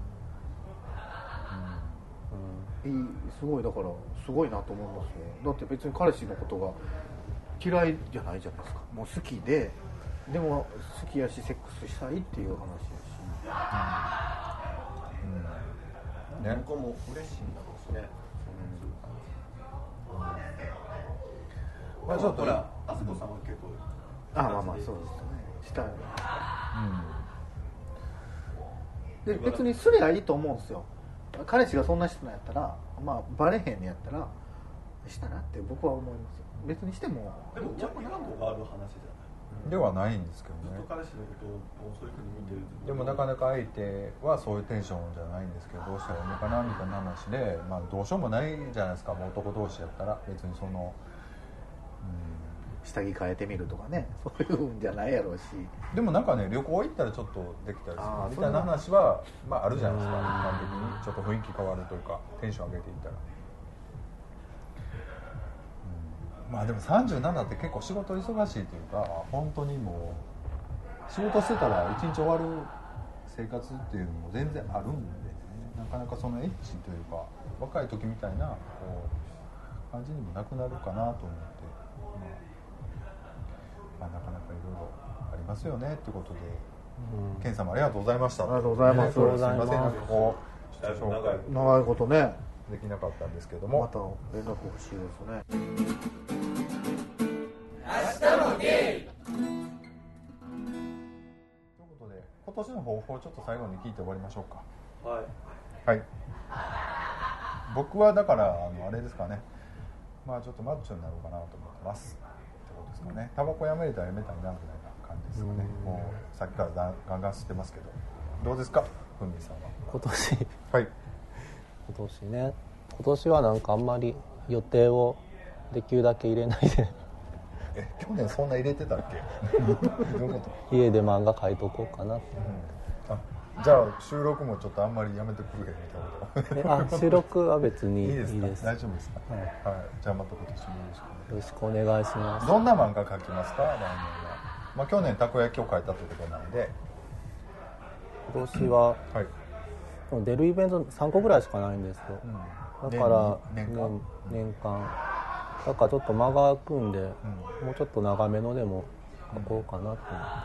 で、うんうん、いい、すごい、だからすごいなと思いますよ。だって別に彼氏のことが嫌いじゃないじゃないですか。もう好きで、でも好きやしセックスしたいっていう話やし、 うんうんね、僕も嬉しいんだろうしね、うんうん、まあちょっとほら、あすこさんは結構、 あ、まあまあそうですね、したい、うん、で別にすりゃいいと思うんですよ。彼氏がそんな人なんやったら、まあバレへんねやったらしたなって僕は思いますよ。別にしても、 でも若干難度がある話じゃないではないんですけどね。 ずっと彼氏のことをそういうふうに見てる。 でもなかなか相手はそういうテンションじゃないんですけど、どうしたらいいのかなみたいな話で、まあどうしようもないじゃないですか。もう男同士やったら別にその、 うん、下着変えてみるとかね、そういうんじゃないやろうし。でもなんかね、旅行行ったらちょっとできたりするみたいな話はまああるじゃないですか。一般的にちょっと雰囲気変わるというか、テンション上げていったら。まあでもさんじゅうななって結構仕事忙しいというか、本当にもう仕事してたら一日終わる生活っていうのも全然あるんでね、なかなかそのエッチというか若い時みたいなこう感じにもなくなるかなと思って、まあ、まあなかなかいろいろありますよねってことで、うん、ケンさんもありがとうございました。 ありがとうございます。 すいません、なんかこう長いことねできなかったんですけども、 また連絡欲しいですね。 明日もゲイ。 ということで今年の抱負をちょっと最後に聞いて終わりましょうか。 はいはい。僕はだからあのあれですかね、まあちょっとマッチョになろうかなと思ってますってことですかね。タバコやめれたらやめたいなみたいな感じですかね。もうさっきからガンガン吸ってますけど、どうですか、ふみさんは。 今年はい今年ね、今年はなんかあんまり予定をできるだけ入れないでえ、去年そんな入れてたっけどういうこと。 家で漫画描いとこうかなって、 うん、 あじゃあ収録もちょっとあんまりやめてくれみたいなことあ収録は別にいいいいですかです。 大丈夫ですか、 はいはい、じゃあまた今年もよろしくよろしくお願いします。 どんな漫画描きますか来年は、まあ、去年たこ焼きを描いたということなんで、 今年ははい、 出るイベントさんこぐらいしかないんですよ、 うん、 だから年年間、 年年間だからちょっと間が空くんで、 うんもうちょっと長めのでも書こうかなと思って、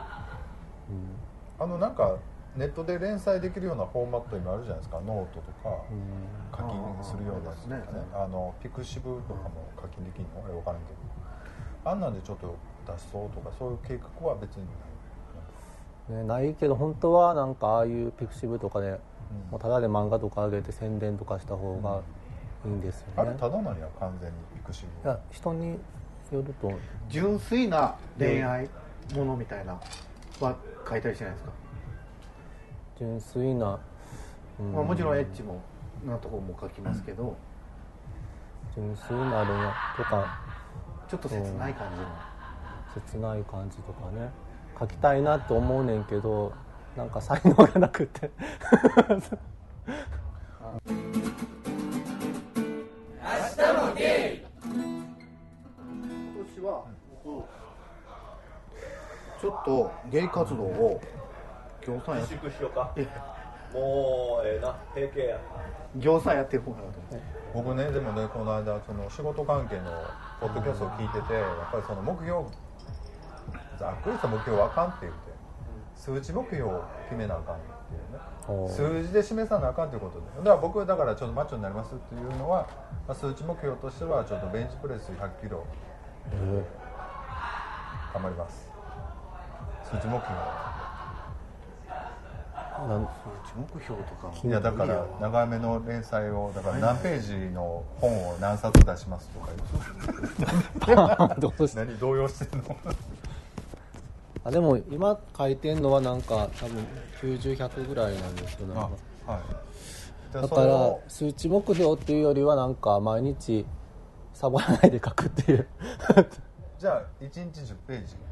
あのなんかネットで連載できるようなフォーマット今あるじゃないですか、ノートとかうん課金するようなやつとかね、あのピクシブとかも課金できるのあれ分からんけど、あんなんでちょっと出そうとかそういう計画は別にね、ないけど本当はなんかああいうピクシブとかで、もうただで漫画とか上げて宣伝とかした方がいいんですよね、 あれただなんや完全にピクシブいや人によると純粋な恋愛ものみたいなは書いたりしないですか、 純粋な、うんまあ、もちろんエッチもなところも書きますけど、 純粋な恋愛とかちょっと切ない感じの、 切ない感じとかね書きたいなと思うねんけどなんか才能がなくて今年は僕ちょっとゲイ活動を行さんや自粛しようかえもうええな閉経や行さんやってる方かなと思って、 僕ねでもねこの間その仕事関係のポッドキャストを聞いててやっぱりその目標ざっくりした目標はあかんって言って数値目標を決めなあかんっていうね数字で示さなあかんということでだから僕だからちょっとマッチョになりますっていうのは、まあ、数値目標としてはちょっとベンチプレスひゃっキロ頑張ります数値目標なん目標とかいやだから長めの連載をだから何ページの本を何冊出しますとかどうし何動揺してんのあでも今書いてんのはなんか多分きゅうじゅう、ひゃくぐらいなんですよなんかあはいだから数値目標っていうよりはなんか毎日サボらないで書くっていうじゃあいちにちじゅっページ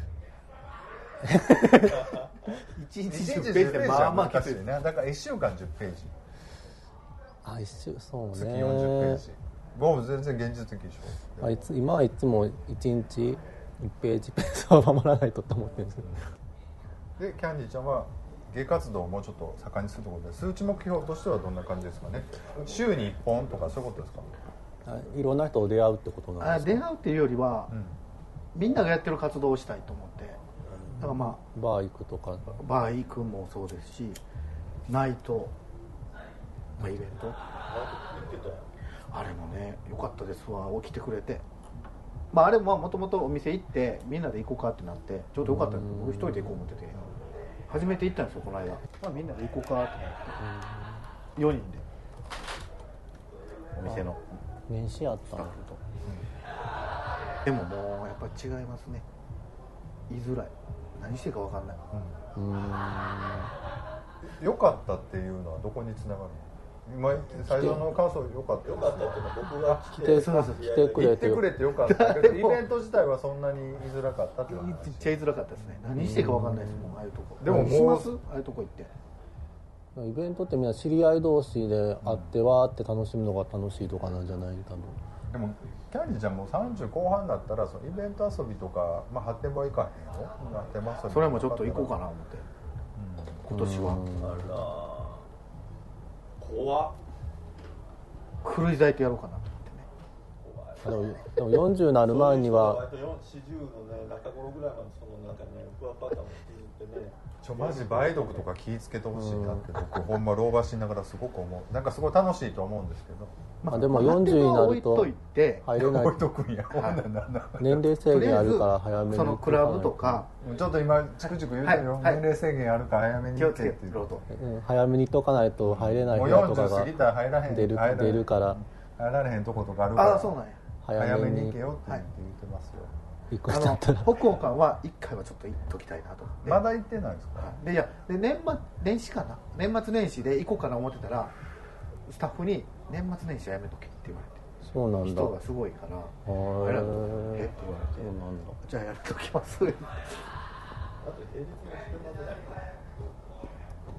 いちにちいちにちじゅっペじゅっページージでまあはまあきつい難しいねだからいっしゅうかんじゅっページあ一週そうね月よんじゅっページもう全然現実的でしょまあ、いつ今はいつもいちにちいちページペースを守らないとって思ってるんですでキャンディーちゃんは芸活動をもうちょっと盛んにするところで数値目標としてはどんな感じですかね週にいっぽんとかそういうことですかあいろんな人と出会うってことなんあですか出会うっていうよりは、 うんみんながやってる活動をしたいと思ってだからまバー行くとかあバー行くもそうですしナイト、まあ、イベントあれもね良かったですわ起きてくれてまああれももともとお店行ってみんなで行こうかってなってちょうどよかったんです僕一人で行こう思ってて初めて行ったんですよこの間、まあ、みんなで行こうかってなってよにんでお店の年始やったのスタッフとでももうやっぱり違いますね言いづらい何していいか分かんない、 うーん良かったっていうのはどこにつながるの今最初の感想良かったよかったっていうのは僕が来て来て来てくれ言ってくれて良かったけどイベント自体はそんなに言いづらかったっていうのはめっちゃ言いづらかったですね何していいか分かんないですもんああいうとこでももうしますああいうとこ行ってイベントってみんな知り合い同士で会ってわーって楽しむのが楽しいとかなんじゃない多分でもキャンディーちゃんもさんじゅう後半だったらそのイベント遊びとか、まあ、発展場行かへんよ発展場遊びそれもちょっと行こうかな思って今年はあら怖っ狂い咲いてやろうかなと思ってねでもでもよんじゅうになる前には割とよんじゅうのね中頃ぐらいまでそのなんかねクワパターンを引いてねちょマジ梅毒とか気ぃつけてほしいなって僕ほんま老婆しながらすごく思うなんかすごい楽しいと思うんですけどまあでもよんじゅうになると置いといて入れない置いとくんや、 はいほんなんなんなん年齢制限あるから早めにそのクラブとかちょっと今チクチク言うてるよ、 はいはい年齢制限あるから早めに気をつけ行けっていうろとうん早めにとかないと入れないもう部屋とかよんじゅう過ぎたら入らへんが出る入らへん出るから入られへんとことかあるからああそうなんや早早めめにに行けよって言って言ってますよ、 行くあの人だったら北欧館はいっかいはちょっと行っときたいなと思ってまだ行ってないですか、 はいでいやで年末年始かな年末年始で行こうかな思ってたらスタッフに年末年始はやめとけって言われてそうなんだ人がすごいからへーあれなんだえって言われてそうなんだじゃあやめときますあと平日の週末だよね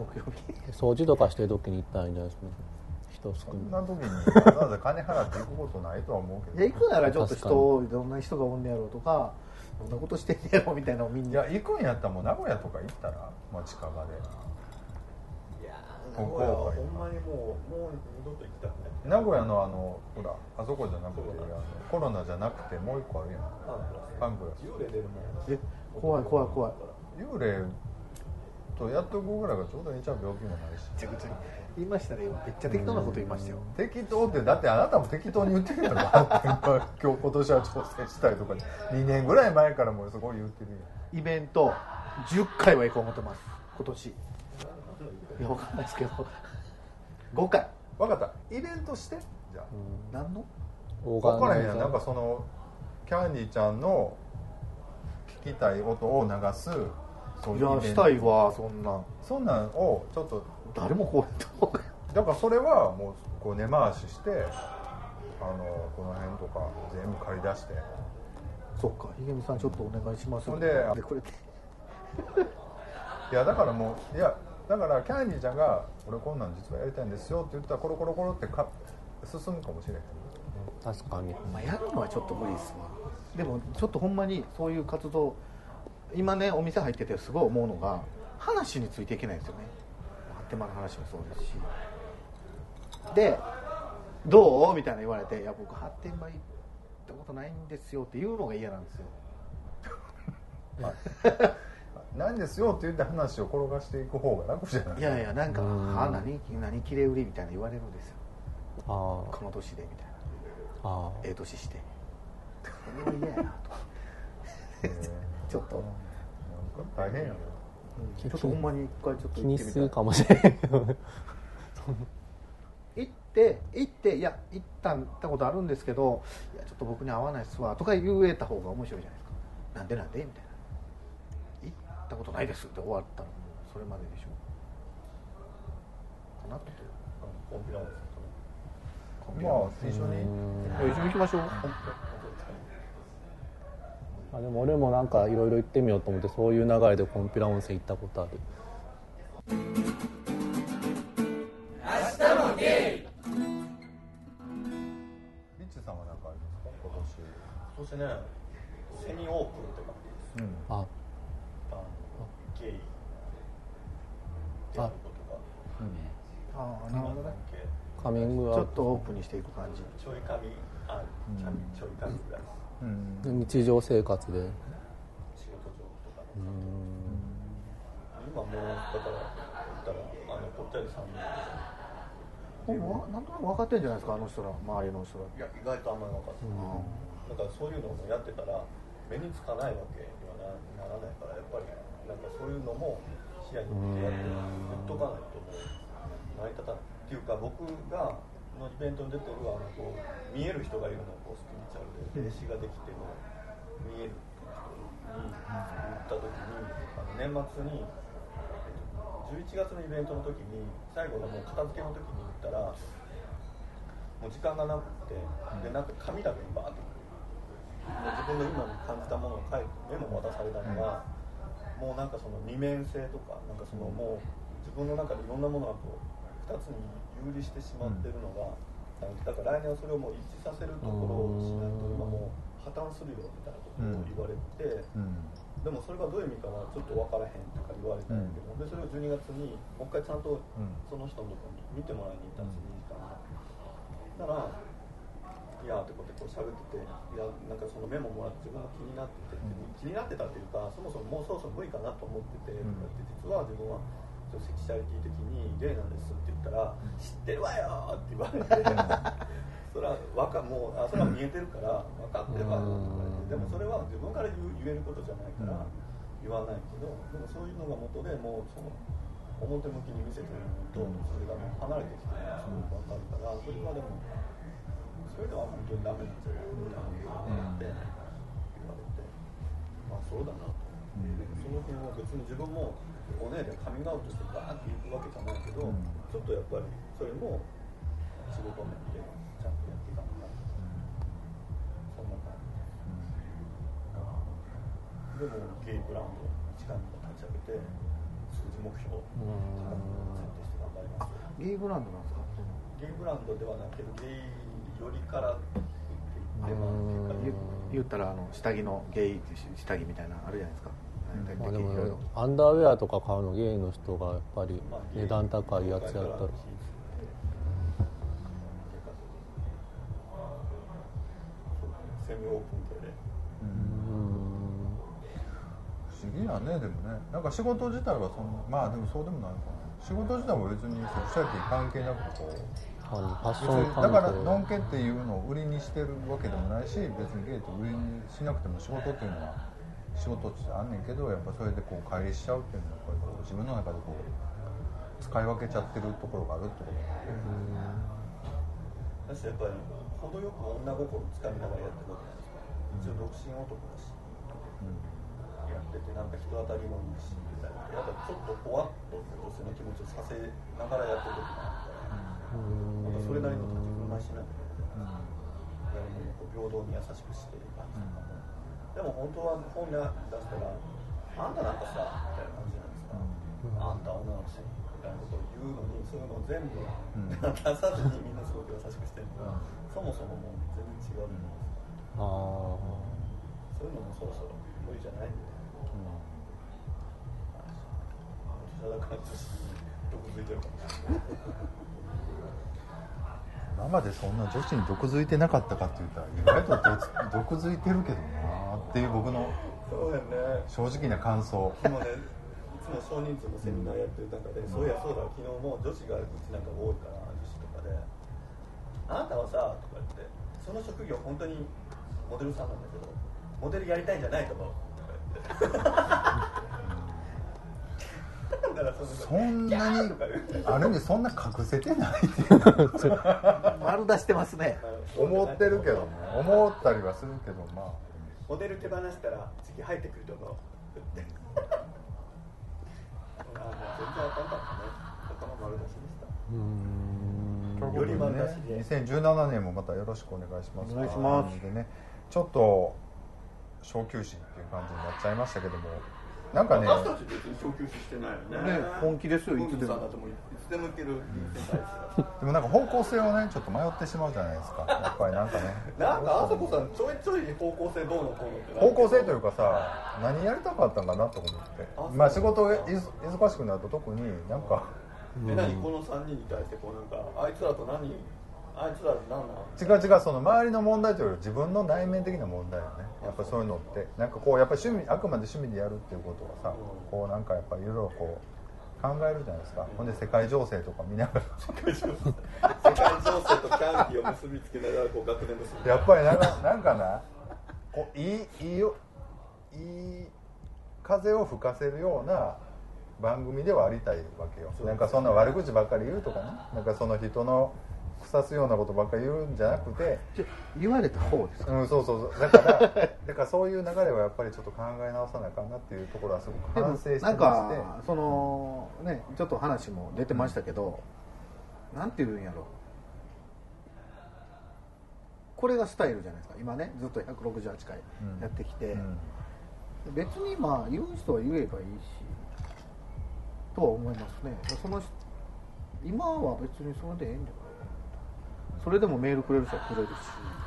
木曜日掃除とかしてる時に行ったらいいんじゃないですか。人少そんない。 な時にわざわざ金払って行くことないとは思うけど。 いや行くならちょっと人どんな人がおんねやろうとかどんなことしてんねやろうみたいなのを見にいや行くんやったらもう名古屋とか行ったら、まあ、近場でいやー名古屋はほんまにもうもう二度と行きたくない。 名古屋のあのほらあそこじゃなくてあのコロナじゃなくてもう一個あるやんパンクラス幽霊出るもん。 え怖い怖い怖い幽霊とやっとくぐらいがちょうどいいんちゃう病気もないしめちゃくちゃ言いましたね今めっちゃ適当なこと言いましたよ適当ってだってあなたも適当に言ってるやろ今日今年は挑戦したいとかにねんぐらい前からもうすごい言ってるやんイベントじゅっかいは行こう思ってます今年いや分かんないですけどごかい分かったイベントしてじゃあ何の分分からへんやんなんかそのキャンディちゃんの聞きたい音を流すそういうイベントいやしたいわそんなんそんなんをちょっと誰もこうとだからそれはもうこう根回ししてあのこの辺とか全部借り出してそっかひげみさんちょっとお願いしますほんででこれいやだからもういやだからキャンディーちゃんが「俺こんなん実はやりたいんですよ」って言ったらコロコロコロってか進むかもしれへん確かに。 まあ、やるのはちょっと無理ですわでもちょっとほんまにそういう活動今ねお店入っててすごい思うのが話についていけないんですよね発展場の話もそうですしでどうみたいな言われていや僕発展場行ったことないんですよって言うのが嫌なんですよなんですよって言って話を転がしていく方が楽じゃないいやいやなんかうんあ何何切れ売りみたいな言われるんですよあこの年でみたいなああええ年してそれは嫌やなとえーちょっとなんか大変やなちょっとほんまに一回ちょっと気行ってみたいにするかもしれないけど行って行っていや行った行ったことあるんですけどいやちょっと僕に合わないっすわとか言えた方が面白いじゃないですかなんでなんでみたいな行ったことないですって終わったらもうそれまででしょかなってコンピランスまあ一緒に一緒に行きましょうあでも俺もなんかいろいろ行ってみようと思ってそういう流れでコンピラ温泉行ったことある。 リッチさんは何かありますか今そしてねセミオープンとか年うんああのゲイゲイのことかああなるほどねカミングアウちょっとオープンにしていく感じちょい髪あキャミちょい髪ぐらいうんト日常生活で。 仕事上とかうーん今もうだから言ったらあのぽっちゃりさんのもうなんとなく分かってんじゃないですかあの人ら周りの人らいや意外とあんまり分かってない、だからそういうのもやってたら目につかないわけにはなならないからやっぱりなんかそういうのも視野に入れてやって言っとかないともう成り立たないっていうか僕がのイベントに出てるあのこう見える人がいるのをこうスピリチュアルで霊視ができても見える人に言った時にあの年末にじゅういちがつのイベントの時に最後のもう片付けの時に言ったらもう時間がなくてでなんか紙だけにバーッともう自分の今に感じたものを書いてメモ渡されたのがもうなんかその二面性とかなんかそのもう自分の中でいろんなものがこうふたつに有利してしまってるのが、だから来年はそれをもう一致させるところをしないと今もう破綻するよみたいなことを言われて、 うんでもそれがどういう意味かはちょっと分からへんとか言われたんやけど、でそれをじゅうにがつにもう一回ちゃんとその人のところに見てもらいに行ったんですよ、にじかんだからいやーってことでこう喋ってていやなんかそのメモもらって自分が気になってて、気になってたっていうかそもそももうそろそろ無理かなと思ってて、うん、って実は自分はセクシャリティ的にゲイなんですって言ったら、うん、知ってるわよって言われてそれはわかもうあそれは見えてるから分かってるわよって言われて、でもそれは自分から言う言えることじゃないから言わないけど、でもそういうのが元でもうその表向きに見せてるのとそれがもう離れてきてるのがすごく分かるから、それはでもそれでは本当にダメなんじゃないみたいなって言われて、まあそうだなと。その辺は別に自分もおねでカミングアウトしてバーっていくわけじゃないけど、ちょっとやっぱりそれも仕事面でちゃんとやっていかなきゃ、そんな感じでもゲイブランドをいちかんも立ち上げて数字目標を設定して頑張ります。 ゲイブランドなんですか？ ゲイブランドではないけどゲイよりから売っていって言言ったらあの下着のゲイ下着みたいなのあるじゃないですか。 まあ、でもアンダーウェアとか買うのゲイの人がやっぱり値段高いやつやったらセミオープン系で不思議やね。でもねなんか仕事自体はそんなまあでもそうでもないのかな。仕事自体も別にセクシャリティ関係なくこうファッション関係だからノンケっていうのを売りにしてるわけでもないし別にゲイと売りにしなくても仕事っていうのは仕事としてあんねんけどやっぱそれでこう乖離しちゃうっていうのはやっぱりこう自分の中でこう使い分けちゃってるところがあるってことだしやっぱり程よく女心をつかみながらやってるわけじゃないですか。一応独身男だし、うん、やっててなんか人当たりもいいしみたいなやっぱちょっとぽわっと女性の気持ちをさせながらやってる時もあるから、なんかそれなりの立ち振る舞いしないと、うん、平等に優しくしてる感じとかも、でも本当は本で出したらあんたなんかさみたいな感じじゃないですか、うん、あんた女のくせにみたいなことを言うのにそういうのを全部、うん、出さずにみんなすごく優しくしてるのが、うん、そもそももう全然違う、うん、あそういうのもそろそろ無理じゃないんで、うん、私はだから毒づいてるかもしれない今までそんな女子に毒づいてなかったかって言ったら意外と毒づいてるけどなっていう僕の正直な感想。 今ねいつも少人数のセミナーやってる中で、うん、そういやそうだ昨日も女子がうちなんか多いから女子とかであなたはさとか言ってその職業本当にモデルさんなんだけどモデルやりたいんじゃないと思うとか言ってだからそんなにある意味そんな隠せてないっていう丸出してますね思ってるけどね思ったりはするけどまあモデル手放したら次入ってくると思うってああ全然あかんかったね頭丸出しでしたうーんより丸出しでにせんじゅうななねんもまたよろしくお願いします。 お願いしますでねちょっと小休止っていう感じになっちゃいましたけどもなんかね私たち別に小休止してないよね。 ね本気ですよいつでも。 いつでもいける世界ですよ。 でもなんか方向性をねちょっと迷ってしまうじゃないですか。やっぱりなんかね。 なんかあさこさんちょいちょい方向性どうのこうのって。 方向性というかさ何やりたかったんかなと思って。まあ仕事が忙しくなると特になんか。 え何このさんにんに対してこうなんかあいつらと何あいつら何なの。 違う違うその周りの問題というより自分の内面的な問題よね。やっぱそういうのってなんかこうやっぱり趣味あくまで趣味でやるっていうことはさ、こうなんかやっぱりいろいろこう考えるじゃないですか。ほんで世界情勢とか見ながら世界情勢世界情勢とキャンディーを結びつけながらこう学年結びやっぱりなんかなんかなこういいいいよいい風を吹かせるような番組ではありたいわけよ。なんかそんな悪口ばっかり言うとかねなんかその人の腐すようなことばっかり言うんじゃなくて言われた方ですか、 うん、そうそうそうだからだからそういう流れはやっぱりちょっと考え直さなあかんなっていうところはすごく反省してましてなんかそのねちょっと話も出てましたけど、うん、なんていうんやろこれがスタイルじゃないですか今ねずっとひゃくろくじゅうはちかいやってきて、うんうん、別にまあ言う人は言えばいいしとは思いますね。その今は別にそれでええんじゃないそれでもメールくれる人はくれるし、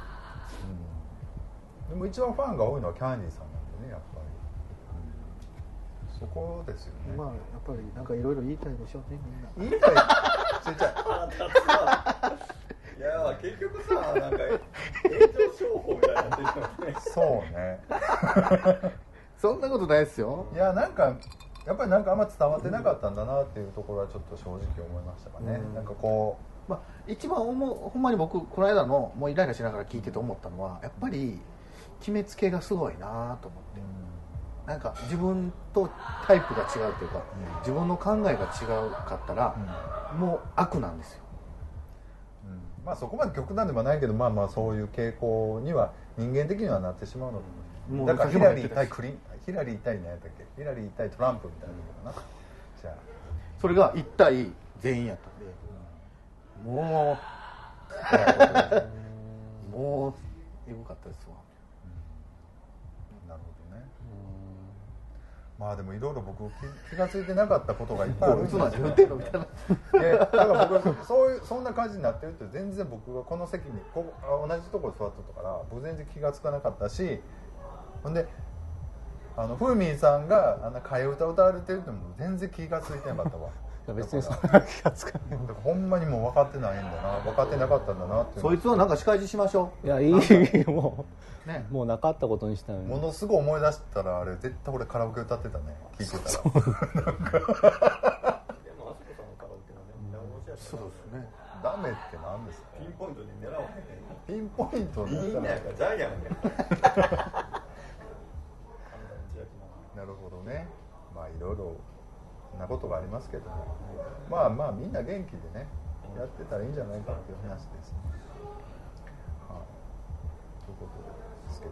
うん、でも一番ファンが多いのはキャンディーさんなんでねやっぱり、うん、そこですよね。 まあやっぱりなんかいろいろ言いたいでしょうねみんな言いたいちっちゃいいや結局さなんか炎上商法みたいになってるよねそうねそんなことないですよ。 いやなんかやっぱりなんかあんま伝わってなかったんだなっていうところはちょっと正直思いましたかね、うん、なんかこうまあ、一番思うほんまに僕この間のもうイライラしながら聞いてて思ったのはやっぱり決めつけがすごいなと思って、うん、なんか自分とタイプが違うというか、うん、自分の考えが違うかったら、うん、もう悪なんですよ、 うん、まあそこまで極端でもないけどまあまあそういう傾向には人間的にはなってしまうので、うん、だからヒラリー対クリンヒラリー対何やったっけヒラリー対トランプみたいなのかな、じゃあそれが一対全員やったんでもうもうエゴかったですわ、 うん、なるほどね。 まあでもいろいろ僕気が付いてなかったことがいっぱいあるんですよ、ね、 言ってんのみたいなでだから僕そういうそんな感じになってるって全然僕がこの席にこ同じところに座ってたから僕全然気が付かなかったし、ほんであのふーみんさんがあんな替え歌歌われてるっても全然気が付いてなかったわ。 いや別にそんな気がつかない。 だからほんまにもう分かってないんだな、分かってなかったんだなっていう。 そいつはなんか仕返ししましょいやいいもう、ね、もうなかったことにしたのに。 ものすごい思い出したらあれ絶対俺カラオケ歌ってたね、聞いてたら。 でもあそこさんのカラオケはね、めっちゃ面白い。 そうですね。 ダメって何ですか。 ピンポイントに狙わへん。 ピンポイントいいんやからジャイアンや。 なるほどね。まあいろいろなことがありますけども、まあまあみんな元気でねやってたらいいんじゃないかっていう話ですね。はい、ということですけど、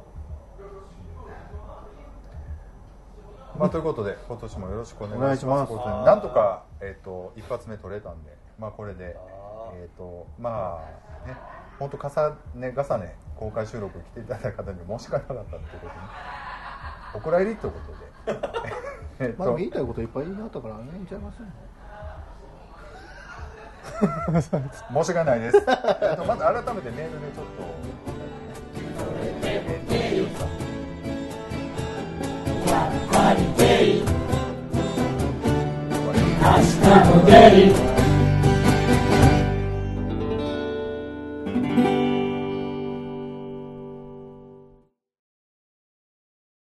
まあということで今年もよろしくお願いします。 お願いします。 なんとかえっ、ー、と一発目取れたんで、まあこれでえっ、ー、とまあね本当重ね重ね公開収録来ていただいた方に申し訳なかったということで、ね、お蔵入りということで。えっと、 まあでも言いたいこといっぱい言いなかったからね、言っちゃいますよね。 申し訳ないです。えっとまず改めてメールでちょっと。明日も出る。